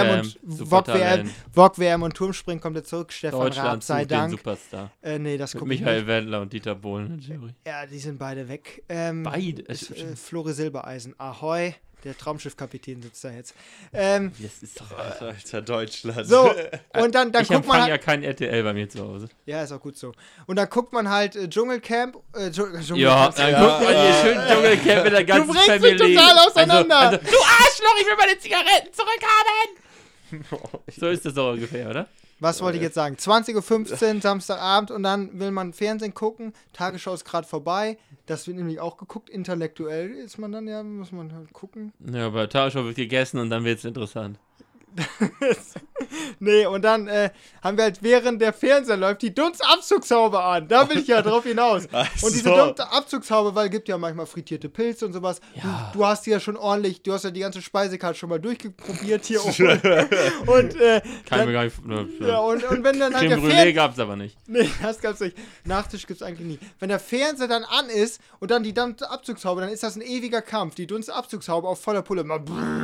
VOG-WM und Turmspringen kommt er zurück. Stefan Raab, sei sucht den Dank. Superstar. Nee, das Mit gucke ich Michael nicht. Wendler und Dieter Bohlen in der Jury. Ja, die sind beide weg. Beide? Flori Silbereisen, ahoi. Der Traumschiffkapitän sitzt da jetzt. Das ist doch... Alter, Deutschland. So, und dann ich guckt man empfange halt. ja kein RTL bei mir zu Hause. Ja, ist auch gut so. Und dann guckt man halt Dschungelcamp. Ja, dann guckt man hier schön Dschungelcamp mit der ganzen Du bringst mich Family. total auseinander. Also, du Arschloch, ich will meine Zigaretten zurückhaben! So ist das doch ungefähr, oder? Was wollte ich jetzt sagen? 20.15 Uhr, Samstagabend und dann will man Fernsehen gucken. Tagesschau ist gerade vorbei. Das wird nämlich auch geguckt. Intellektuell ist man dann ja, muss man halt gucken. Ja, bei Tagesschau wird gegessen und dann wird es interessant. Nee, und dann haben wir halt, während der Fernseher läuft, die Dunstabzugshaube an. Da will ich ja drauf hinaus. Und diese Dunstabzugshaube, weil es gibt ja manchmal frittierte Pilze und sowas. Ja. Du hast die ja schon ordentlich, du hast ja die ganze Speisekarte schon mal durchprobiert hier oben. Und, Kann mir gar nicht... ja, und wenn dann halt Creme Brûlée gab es aber nicht. Nee, das gab's nicht. Nachtisch gibt's eigentlich nie. Wenn der Fernseher dann an ist und dann die Dunstabzugshaube, dann ist das ein ewiger Kampf. Die Dunstabzugshaube auf voller Pulle. Mal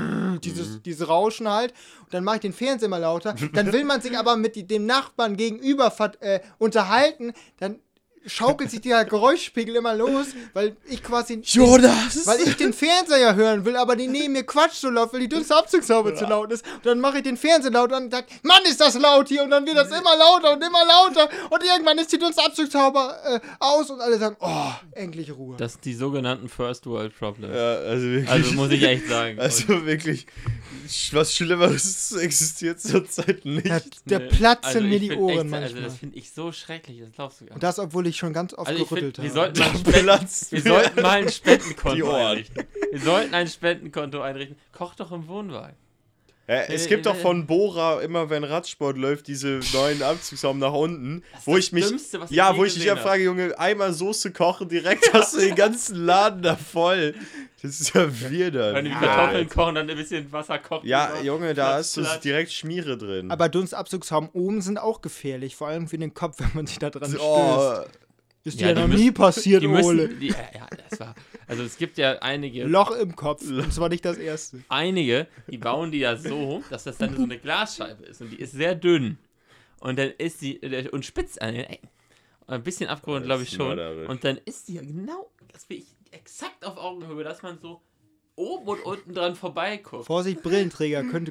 diese Rauschen halt. Und dann mache ich den Fernseher mal lauter. Dann will man sich aber mit dem Nachbarn gegenüber unterhalten. Dann schaukelt sich der Geräuschpegel immer los, weil ich quasi... Jonas! Weil ich den Fernseher ja hören will, aber die neben mir Quatsch so laut, weil die Dunstabzugshaube zu laut ist. Und dann mache ich den Fernseher laut und dann sag, Mann, ist das laut hier. Und dann wird das immer lauter und immer lauter. Und irgendwann ist die Dunstabzugshaube aus und alle sagen, oh, endlich Ruhe. Das sind die sogenannten First World Problems. Ja, also wirklich. Also muss ich echt sagen. Also wirklich, was Schlimmeres existiert zurzeit nicht. Der platzen Also mir ich die find Ohren echt, manchmal. Also das finde ich so schrecklich, das glaubst du gar Und nicht. das, obwohl ich schon ganz oft Also ich gerüttelt find, habe. wir sollten mal ein Spendenkonto Die Ohren. einrichten. Wir sollten ein Spendenkonto einrichten. Koch doch im Wohnwagen. Ja, es gibt doch von Bora, immer wenn Radsport läuft, diese neuen Abzugshauben nach unten, wo ich mich, Dümmste, was ich ja, je wo ich mich ja gesehen frage, Junge, einmal Soße kochen, direkt hast du den ganzen Laden da voll. Das ist ja wieder. Wenn die Kartoffeln kochen, dann ein bisschen Wasser kochen. Ja, Junge, da Platz, ist es direkt Schmiere drin. Aber Dunstabzugshauben oben sind auch gefährlich, vor allem für den Kopf, wenn man sich da dran Oh, stößt. Ist Ja, dir die noch müssen- nie passiert, die Ole. müssen, ja, das war, also es gibt ja einige, Loch im Kopf. Und zwar nicht das erste. die bauen die ja so, dass das dann so eine Glasscheibe ist und die ist sehr dünn. Und dann ist die, und spitz an den Ecken. Ein bisschen abgerundet, glaube ich ist schon. mörderisch. Und dann ist die ja genau, das will ich exakt auf Augenhöhe, dass man so oben und unten dran vorbeiguckt. Vorsicht, Brillenträger. Könnte.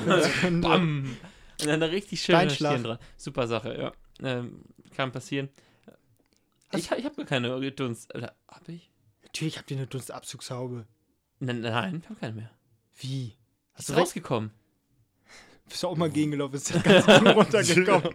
Bam! Und dann da richtig schön Steinschlag. Stirn dran. Super Sache, ja. Kann passieren. Ich habe gar keine Dunst. Oder hab ich? Natürlich habt ihr eine Dunstabzugshaube. Nein, ich habe keine mehr. Wie? Hast Hast du du recht? rausgekommen? Bist du auch mal gegengelaufen, ist das ganz Ding runtergekommen.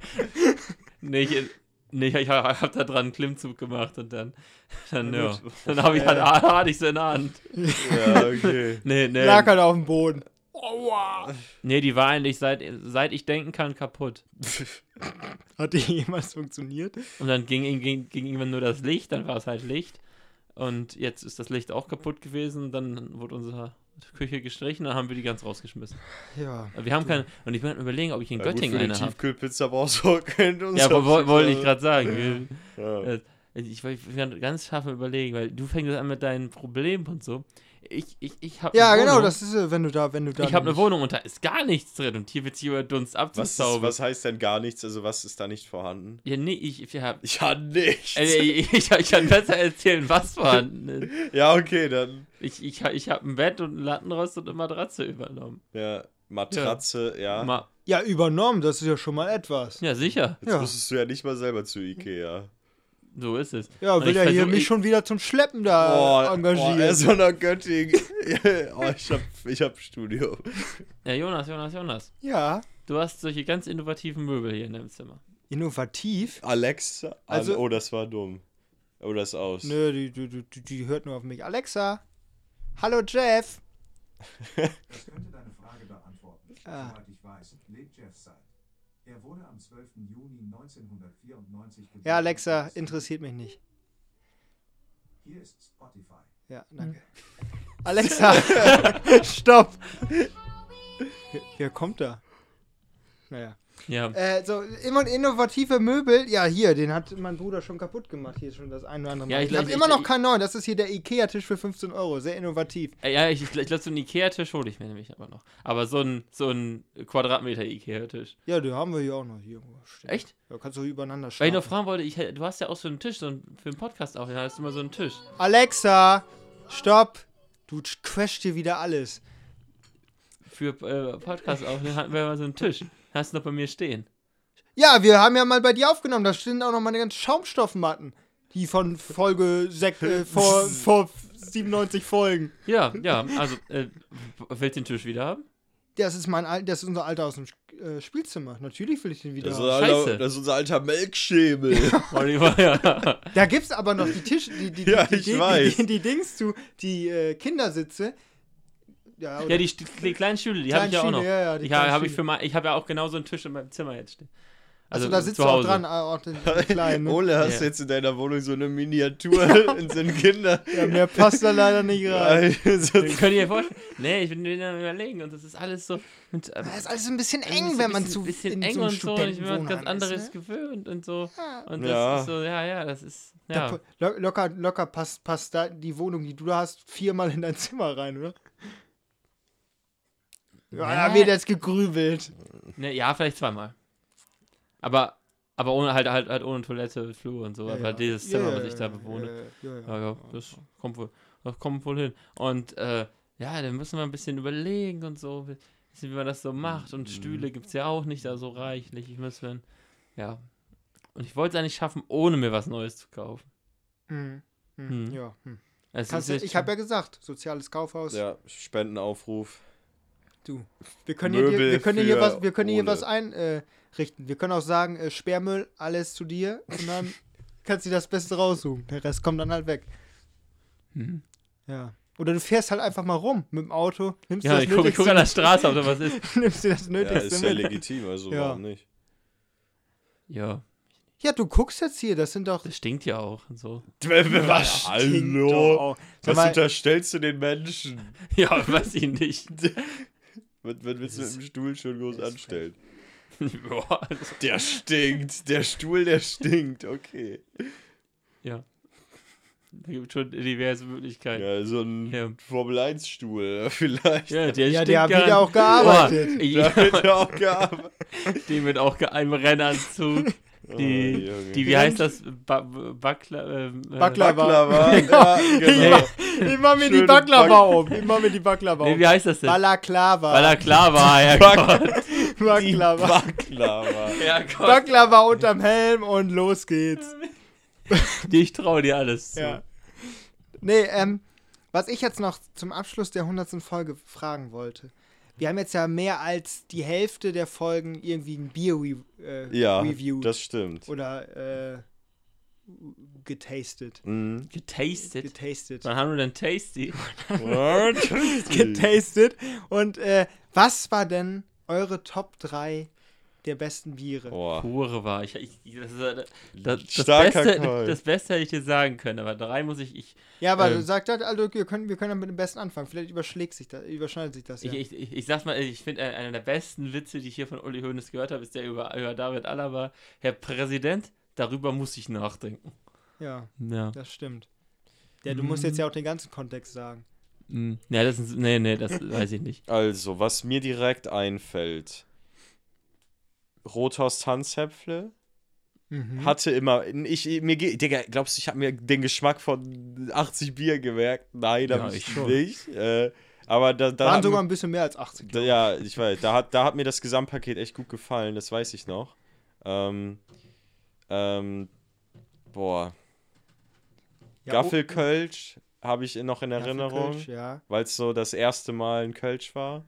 Nee, ich hab da dran einen Klimmzug gemacht und dann habe ich halt hatte ich so in der Hand. ja, okay. Nee. Lag halt auf dem Boden. Aua. Nee, die war eigentlich seit ich denken kann kaputt. Hat die jemals funktioniert? Und dann ging irgendwann nur das Licht, dann war es halt Licht. Und jetzt ist das Licht auch kaputt gewesen und dann wurde unsere Küche gestrichen, dann haben wir die ganz rausgeschmissen. Ja. Wir haben keine, und ich bin überlegen, ob ich in Göttingen eine habe. Tiefkühlpizza brauchst du auch keine. Ja, wollte ich gerade sagen. Ja. Ich war ganz scharf am Überlegen, weil du fängst an mit deinen Problemen und so. Ich habe Ja, genau, das ist, wenn du da. Ich habe eine Wohnung und da ist gar nichts drin und hier wird sich über Dunst abzusaugen. Was heißt denn gar nichts? Also was ist da nicht vorhanden? Ja, nee, ich habe nichts. ich kann besser erzählen, was vorhanden ist. Ja, okay, dann. Ich habe ein Bett und einen Lattenrost und eine Matratze übernommen. Ja, Matratze, ja. Ja, übernommen, das ist ja schon mal etwas. Ja, sicher. Jetzt musstest du ja nicht mal selber zu Ikea. So ist es. Ja, will er hier mich schon wieder zum Schleppen da engagieren. Er ist so nach Göttingen. Ich hab Studio. Ja, Jonas. Ja. Du hast solche ganz innovativen Möbel hier in deinem Zimmer. Innovativ? Alexa? Also, das war dumm. Oh, das ist aus. Nö, die hört nur auf mich. Alexa? Hallo, Jeff? Das könnte deine Frage beantworten. Soweit ich weiß, lebt Jeff seit. Er wurde am 12. Juni 1994 geboren. Ja, Alexa, interessiert mich nicht. Hier ist Spotify. Ja, danke. Alexa, stopp. Wer kommt da? Naja. Ja. So, immer innovative Möbel. Ja, hier, den hat mein Bruder schon kaputt gemacht. Hier schon das ein oder andere Mal. Ja, ich habe immer noch keinen neuen. Das ist hier der Ikea-Tisch für 15 €. Sehr innovativ. Ja, ich glaube, so einen Ikea-Tisch hole ich mir nämlich aber noch. Aber so ein Quadratmeter Ikea-Tisch. Ja, den haben wir hier auch noch hier irgendwo stehen. Echt? Ja, kannst du übereinander Weil ich schlafen. noch fragen wollte, du hast ja auch so einen Tisch, für einen Podcast auch, da hast du immer so einen Tisch. Alexa, stopp. Du quetscht hier wieder alles. Für Podcast auch, dann hatten wir mal so einen Tisch. Hast du noch bei mir stehen. Ja, wir haben ja mal bei dir aufgenommen. Da stehen auch noch meine ganzen Schaumstoffmatten. Die von Folge vor 97 Folgen. Ja, also, willst du den Tisch wieder haben? Das ist unser Alter aus dem Spielzimmer. Natürlich will ich den wieder haben. Scheiße. Das ist unser alter Melkschemel. Da gibt's aber noch die Tische, die Dings zu, die Kindersitze. Ja, die kleinen Stühle, die habe ich ja auch noch. Ja, ich habe ja auch genau so einen Tisch in meinem Zimmer jetzt stehen. Also da sitzt du auch dran, auch den kleinen. Ne? Ole, hast du jetzt in deiner Wohnung so eine Miniatur in so einen Kinder? Ja, mehr passt da leider nicht rein. Könnt ihr dir vorstellen? Nee, ich bin mir am Überlegen und das ist alles so. Das ist alles ein bisschen eng, wenn man zu bisschen eng so und so. Und ich bin was ganz ist, anderes ne? gewöhnt und so. Ja. Und das ist so, das ist. Ja. Locker passt da die Wohnung, die du da hast, 4-mal in dein Zimmer rein, oder? Ja, da wird jetzt gegrübelt. Ne, ja, vielleicht 2-mal. Aber ohne halt ohne Toilette, Flur und so. Aber dieses Zimmer, was ich da bewohne. Das kommt wohl hin. Und dann müssen wir ein bisschen überlegen und so, wie man das so macht. Und Stühle gibt es ja auch nicht da so reichlich. Und ich wollte es eigentlich schaffen, ohne mir was Neues zu kaufen. Ja. Ich habe ja gesagt, soziales Kaufhaus. Ja, Spendenaufruf. Du, wir können hier was einrichten. Wir können auch sagen, Sperrmüll, alles zu dir und dann kannst du dir das Beste raussuchen. Der Rest kommt dann halt weg. Ja. Oder du fährst halt einfach mal rum mit dem Auto, nimmst dir das Nötigste. Ich guck an der Straße, ob da was ist. Nimmst dir das Nötigste ist ja legitim, also warum nicht? Ja. Ja, du guckst jetzt hier, das sind doch... Das stinkt ja auch und so. Hallo? Was unterstellst du den Menschen? Ja, weiß ich nicht. Was willst du mit dem Stuhl schon groß anstellen? Ja, Der stinkt. Der Stuhl, der stinkt. Okay. Ja. Da gibt es schon diverse Möglichkeiten. Ja, so ein Formel-1-Stuhl vielleicht. Ja, der hat wieder auch gearbeitet. Der wird auch gearbeitet. Die mit auch einem Rennanzug. Wie heißt das? Baklava. Ja, genau. Ich mach mir die Baklava um. Nee, wie heißt das denn? Balaklava, Baklava. Baklava unterm Helm und los geht's. Ich traue dir alles zu. Ja. Nee, was ich jetzt noch zum Abschluss der 100. Folge fragen wollte. Wir haben jetzt ja mehr als die Hälfte der Folgen irgendwie ein Bier-Review. Ja, das stimmt. Oder getastet. Getastet? 100 Tasty. Getastet. Und was war denn eure Top 3 der besten Biere? Pure war. Das Beste hätte ich dir sagen können, aber 3 muss ich. Ja, aber sagt das, also wir können dann mit dem Besten anfangen. Vielleicht überschneidet sich das ja. Ich sag's mal, ich finde, einer der besten Witze, die ich hier von Uli Hoeneß gehört habe, ist der über David Alaba. Herr Präsident, darüber muss ich nachdenken. Ja. Das stimmt. Du musst jetzt ja auch den ganzen Kontext sagen. Ja, das ist, nee, das weiß ich nicht. Also, was mir direkt einfällt. Rothorst Tanzäpfle. Hatte immer, Digga, glaubst du, ich habe mir den Geschmack von 80 Bier gemerkt? Nein, Ja, hab ich ich schon. nicht. Aber da Waren sogar ein bisschen mehr als 80. ja, ich weiß, da hat mir das Gesamtpaket echt gut gefallen, das weiß ich noch. Boah. Ja, Gaffelkölsch habe ich noch in Erinnerung, Kölsch, ja. weil es so das erste Mal ein Kölsch war.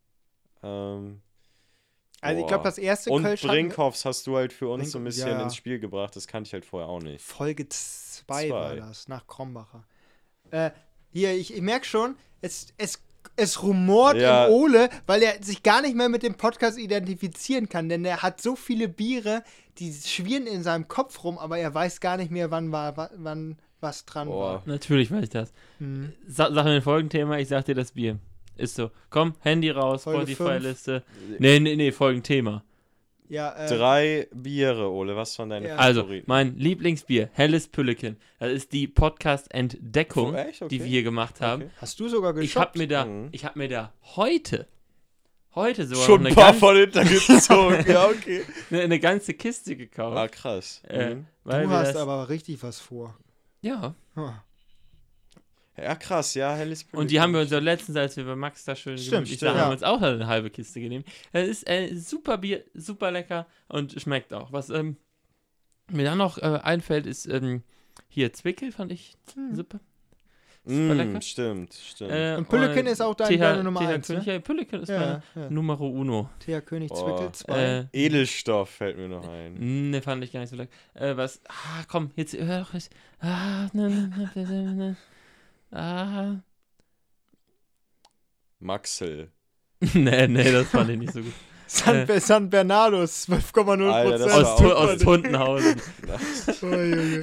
Also ich glaube, das erste Und Kölsch Brinkhoffs hast du halt für uns so ein bisschen ja. ins Spiel gebracht, das kannte ich halt vorher auch nicht. Folge 2 war das, nach Krombacher. Hier, ich merke schon, es rumort Ja. im Ole, weil er sich gar nicht mehr mit dem Podcast identifizieren kann, denn er hat so viele Biere, die schwirren in seinem Kopf rum, aber er weiß gar nicht mehr, wann was dran war. Natürlich weiß ich das. Sag mir ein Folgenthema, ich sag dir das Bier. Ist so. Komm, Handy raus, Folge Spotify-Liste. Nee, Folgenthema. Ja, 3 Biere, Ole, was waren deine Also, Favoriten? mein Lieblingsbier, Helles Pülliken. Das ist die Podcast-Entdeckung, Oh, echt? Okay. die wir hier gemacht haben. Okay. hast du sogar Ich geshoppt? hab mir da heute sogar Schon noch ein paar von hinten gezogen, ja, okay. eine ganze Kiste gekauft. Ah, krass. Weil Du wir hast das, aber richtig was vor. ja. Hm. Ja, krass, ja, helles Pülliken. Und die haben wir uns ja letztens, als wir bei Max da schön Stimmt, gemütlich stimmt, saßen, ja. haben wir uns auch eine halbe Kiste genommen. Es ist super Bier, super lecker und schmeckt auch. Was mir dann noch einfällt, ist hier Zwickel, fand ich super. Super lecker. Stimmt. Und Pülliken ist auch deine Nummer 1, König, ne? ja, Pülliken ist Ja, meine Numero Uno. TH König Oh. Zwickel 2. Edelstoff fällt mir noch ein. Ne, fand ich gar nicht so lecker. Komm, jetzt hör doch. Maxel. Nee, das fand ich nicht so gut. San Bernardo, 12,0%. Alter, das war auch- Aus Tundenhausen. Oh, Junge.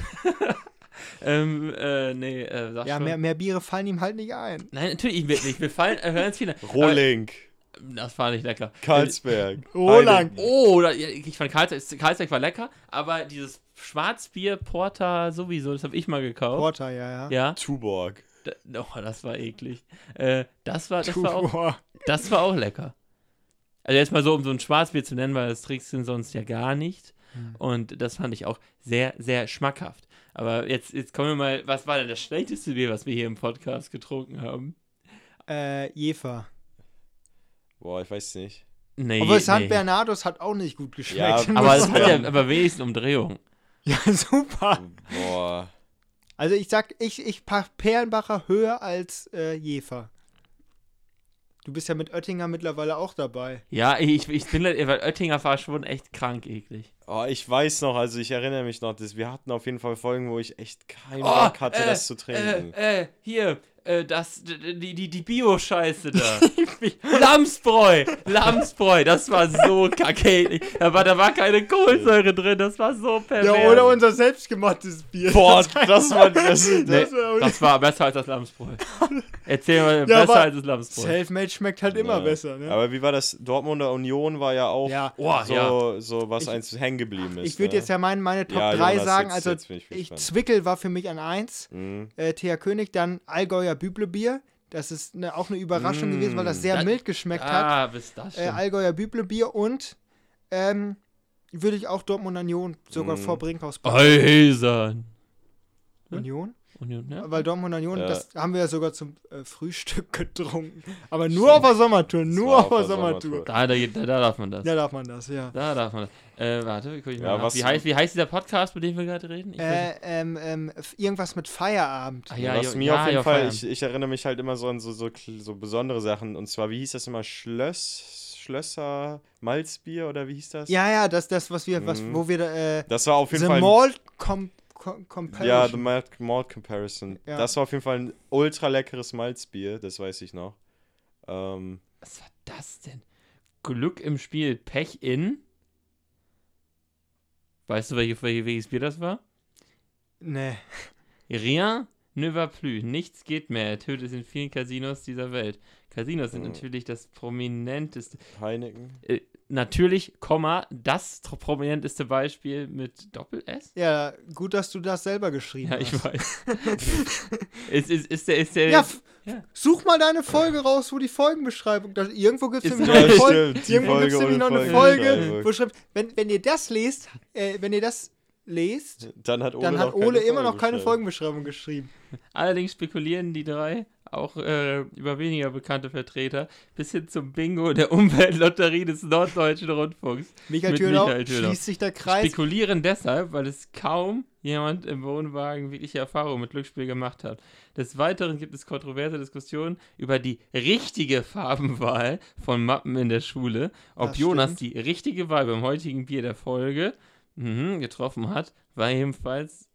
Sag Ja, schon. mehr Biere fallen ihm halt nicht ein. Nein, natürlich nicht. Wir fallen ganz viele. Rohling. Das war nicht lecker. Karlsberg. Roland. Ich fand Karlsberg war lecker, aber dieses Schwarzbier, Porter sowieso, das habe ich mal gekauft. Porter, ja. Ja, Tuborg. das war eklig. Das war auch Boah. Das war auch lecker. Also jetzt mal so, um so ein Schwarzbier zu nennen, weil das trinkst du sonst ja gar nicht. Und das fand ich auch sehr, sehr schmackhaft. Aber jetzt kommen wir mal, was war denn das schlechteste Bier, was wir hier im Podcast getrunken haben? Jefer. Boah, ich weiß nicht. Nee, Aber San Bernardos hat auch nicht gut geschmeckt. Ja, Aber es hat ja aber wenigstens Umdrehung. Ja, super. Boah. Also ich sag, ich pack Perlenbacher höher als Jefer. Du bist ja mit Oettinger mittlerweile auch dabei. Ja, ich bin, weil Oettinger war schon echt krank eklig. Oh, ich weiß noch, also ich erinnere mich noch, wir hatten auf jeden Fall Folgen, wo ich echt keinen Bock hatte, das zu trinken. Hier, die Bio-Scheiße da. Lamsbräu, das war so kacke. Da war keine Kohlensäure drin, das war so pervers. Ja, oder unser selbstgemachtes Bier. Boah, das war Das war besser als das Lamsbräu. Erzähl mal, Ja, besser aber als das Lamsbräu. Selfmade schmeckt halt immer besser, ne? Aber wie war das? Dortmunder Union war ja auch Ja. so was eins hängen geblieben ist. Ich würde jetzt ja meine Top Ja, 3 Jonas, sagen. jetzt- Also jetzt bin ich gespannt. Zwickel war für mich an 1. Mhm. TH König, dann Allgäuer Büblebier. Das ist auch eine Überraschung gewesen, weil das sehr mild geschmeckt hat. bis das stimmt. Allgäuer Büblebier und würde ich auch Dortmund Union sogar vor Brinkhaus packen. Eisern. Union? Union, ja? Weil Dortmund Union, Ja. das haben wir ja sogar zum Frühstück getrunken. Aber nur auf der Sommertour, nur auf der Sommertour. Da darf man das. Da darf man das, ja. Da darf man das. Warte, guck ich mal Ja, nach. was- Wie heißt dieser Podcast, mit dem wir gerade reden? Ich weiß Irgendwas mit Feierabend. nicht. Ah, Was mir auf jeden Fall, Feierabend. ich erinnere mich halt immer so an so besondere Sachen. Und zwar, wie hieß das immer? Schlösser Malzbier oder wie hieß das? Ja, das was wir, wo wir Das war auf jeden The Fall. Malt Comparison. Ja, The Malt Comparison. Ja. Das war auf jeden Fall ein ultra leckeres Malzbier, das weiß ich noch. Was war das denn? Glück im Spiel, Pech in. Weißt du, welches Bier das war? Nee. Rien ne va plus. Nichts geht mehr. Ertönt es in vielen Casinos dieser Welt. Casinos sind Mhm. natürlich das prominenteste. Heineken. natürlich, das prominenteste Beispiel mit Doppel-S? Ja, gut, dass du das selber geschrieben hast. Ja, ich weiß. ist der Ja, such mal deine Folge raus, wo die Folgenbeschreibung da irgendwo gibt es nämlich noch Ja, eine Folge. stimmt, die Irgendwo Folge gibt es nämlich noch ohne eine Folge, Folgenbeschreibung. wo schreibt, wenn ihr das lest, Dann hat Ole immer noch keine Folgenbeschreibung geschrieben. Allerdings spekulieren die drei, auch über weniger bekannte Vertreter, bis hin zum Bingo der Umweltlotterie des Norddeutschen Rundfunks. Michael Mit Thürnau, Michael Thürnau. schließt sich der Kreis. Spekulieren deshalb, weil es kaum jemand im Wohnwagen wirkliche Erfahrung mit Glücksspiel gemacht hat. Des Weiteren gibt es kontroverse Diskussionen über die richtige Farbenwahl von Mappen in der Schule. Ob Das Jonas stimmt. die richtige Wahl beim heutigen Bier der Folge getroffen hat, war jedenfalls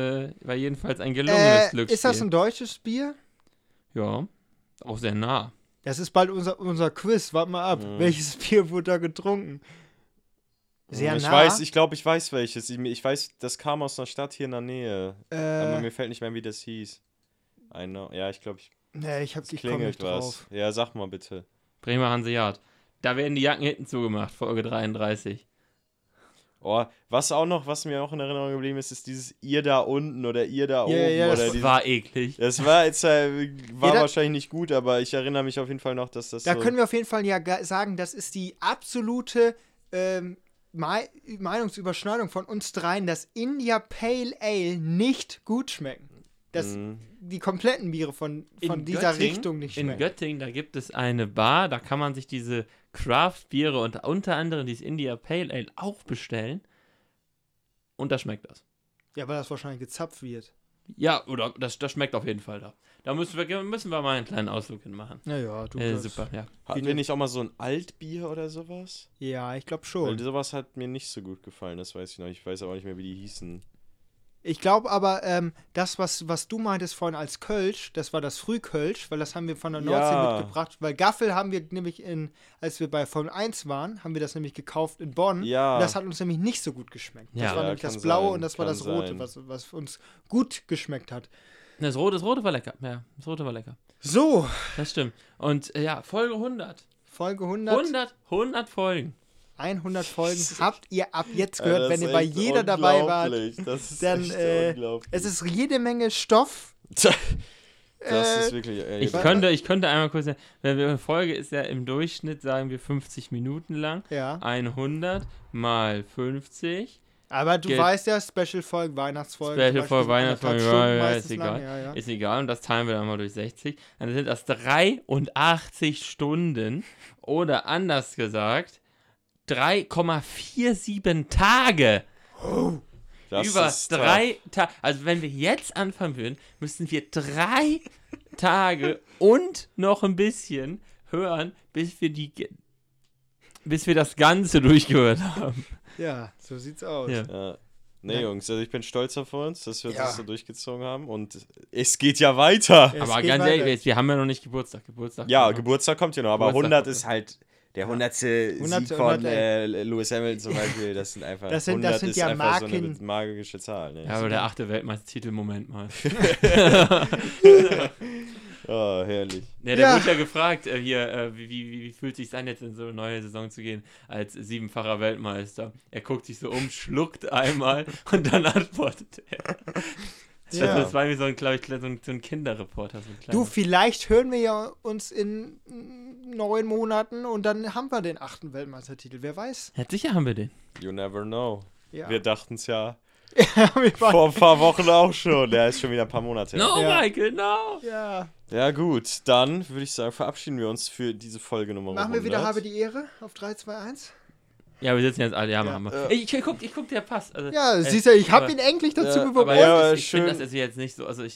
ein gelungenes Glücksspiel. Ist das ein deutsches Bier? Ja, auch sehr nah. Das ist bald unser Quiz. Warte mal ab. Welches Bier wurde da getrunken? Sehr nah. Ich glaube, ich weiß welches. Ich weiß, das kam aus einer Stadt hier in der Nähe. Aber mir fällt nicht mehr, wie das hieß. Ja, ich glaube, Nee, ich komme klingelt nicht drauf. was. Ja, sag mal bitte. Bremer Hanseat. Da werden die Jacken hinten zugemacht, Folge 33. Oh, was mir auch in Erinnerung geblieben ist, ist dieses ihr da unten oder ihr da oben. ja, oder Das war eklig. Das war jetzt wahrscheinlich nicht gut, aber ich erinnere mich auf jeden Fall noch, dass das Da so... können wir auf jeden Fall sagen, das ist die absolute Meinungsüberschneidung von uns dreien, dass India Pale Ale nicht gut schmecken. Dass die kompletten Biere von dieser Richtung nicht schmecken. In Göttingen, da gibt es eine Bar, da kann man sich diese Craft-Biere und unter anderem dieses India Pale Ale auch bestellen. Und da schmeckt das. Ja, weil das wahrscheinlich gezapft wird. Ja, oder das schmeckt auf jeden Fall da. Da müssen wir mal einen kleinen Ausflug hinmachen. Naja, du Super, ja. Hatten wir nicht auch mal so ein Altbier oder sowas? Ja, ich glaube Weil schon. sowas hat mir nicht so gut gefallen, das weiß ich noch. Ich weiß aber auch nicht mehr, wie die hießen. Ich glaube aber, das, was du meintest vorhin als Kölsch, das war das Frühkölsch, weil das haben wir von der Nordsee mitgebracht. Weil Gaffel haben wir nämlich als wir bei Formel 1 waren, haben wir das nämlich gekauft in Bonn. Ja. Und das hat uns nämlich nicht so gut geschmeckt. Ja. Das war Ja, nämlich das kann Blaue sein, und das war kann das Rote, sein. was uns gut geschmeckt hat. Das Rote war lecker. Ja, das Rote war lecker. So, Das stimmt. Und Folge 100. Folge 100, 100 Folgen. 100 Folgen habt ihr ab jetzt gehört, das wenn ihr ist bei echt jeder dabei wart. unglaublich. Das ist Dann, echt unglaublich. Es ist jede Menge Stoff. Das ist wirklich... Ich könnte einmal kurz sagen, eine Folge ist ja im Durchschnitt, sagen wir, 50 Minuten lang. Ja. 100 mal 50. Aber du weißt ja, Special-Folge, Weihnachtsfolge. Special-Folge, Weihnachtsfolge, ja, ist egal. Ja. Ist egal, und das teilen wir dann mal durch 60. Dann sind das 83 Stunden oder anders gesagt 3,47 Tage. Das Über ist 3 Tage. Also wenn wir jetzt anfangen würden, müssten wir 3 Tage und noch ein bisschen hören, bis wir das Ganze durchgehört haben. Ja, so sieht's aus. Ja. Ja. Nee, Jungs, also ich bin stolz auf uns, dass wir Ja. das so durchgezogen haben und es geht ja weiter. Es Aber geht ganz weiter. ehrlich, wir haben ja noch nicht Geburtstag. Ja, kommt noch. Geburtstag kommt ja noch, aber Geburtstag 100 kommt ist halt der 100. 100. Sieg von Lewis Hamilton zum Beispiel. Das sind einfach Das sind 100 ist ja einfach so Marken. eine magische Zahl. Ne? Ja, aber der 8. Weltmeistertitel, Moment mal. Oh, herrlich. Ja, der Ja. wurde ja gefragt, wie fühlt sich an, jetzt in so eine neue Saison zu gehen, als 7-facher Weltmeister. Er guckt sich so um, schluckt einmal und dann antwortet er. Ja. Das war wie so ein, glaube ich, so ein Kinderreporter. So ein Du, kleiner. vielleicht hören wir ja uns in 9 Monaten und dann haben wir den 8. Weltmeistertitel. Wer weiß? Ja, sicher haben wir den. You never know. Ja. Wir dachten es ja Wir waren- vor ein paar Wochen auch schon. Der ist schon wieder ein paar Monate her. No, Ja. Michael, no! ja. Ja gut, dann würde ich sagen, verabschieden wir uns für diese Folge Nummer 100. Machen wir wieder Habe die Ehre auf 3, 2, 1? Ja, wir sitzen jetzt alle, ja, machen wir. Ich guck, der passt. Also, Ja, siehst du, ich habe aber- ihn endlich dazu Ja, bewogen. aber ja, ich finde schön. das also jetzt nicht so, also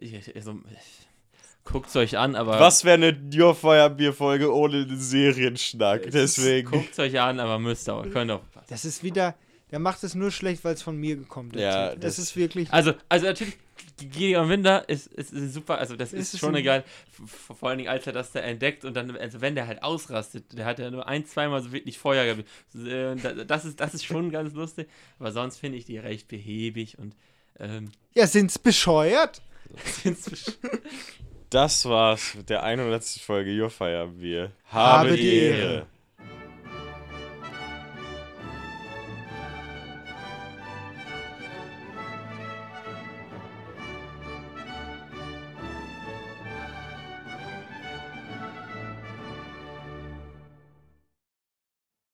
guckt's euch an, aber... Was wäre eine Dürrfeuer-Bier-Folge ohne den Serienschnack? Deswegen. Guckt's euch an, aber könnt auch passen. Das ist wieder, der macht es nur schlecht, weil es von mir gekommen ist. Ja, das das- ist wirklich. Also natürlich, Gideon Winder ist super, also das Ist ist es schon ein- egal, vor allen Dingen als er das da entdeckt und dann, also wenn der halt ausrastet, der hat ja nur 1-2 Mal so wirklich Feuer gehabt, das ist schon ganz lustig, aber sonst finde ich die recht behäbig und Ja, sind's bescheuert? Das war's mit der 100. Folge Your Fire Bier. Habe die Ehre.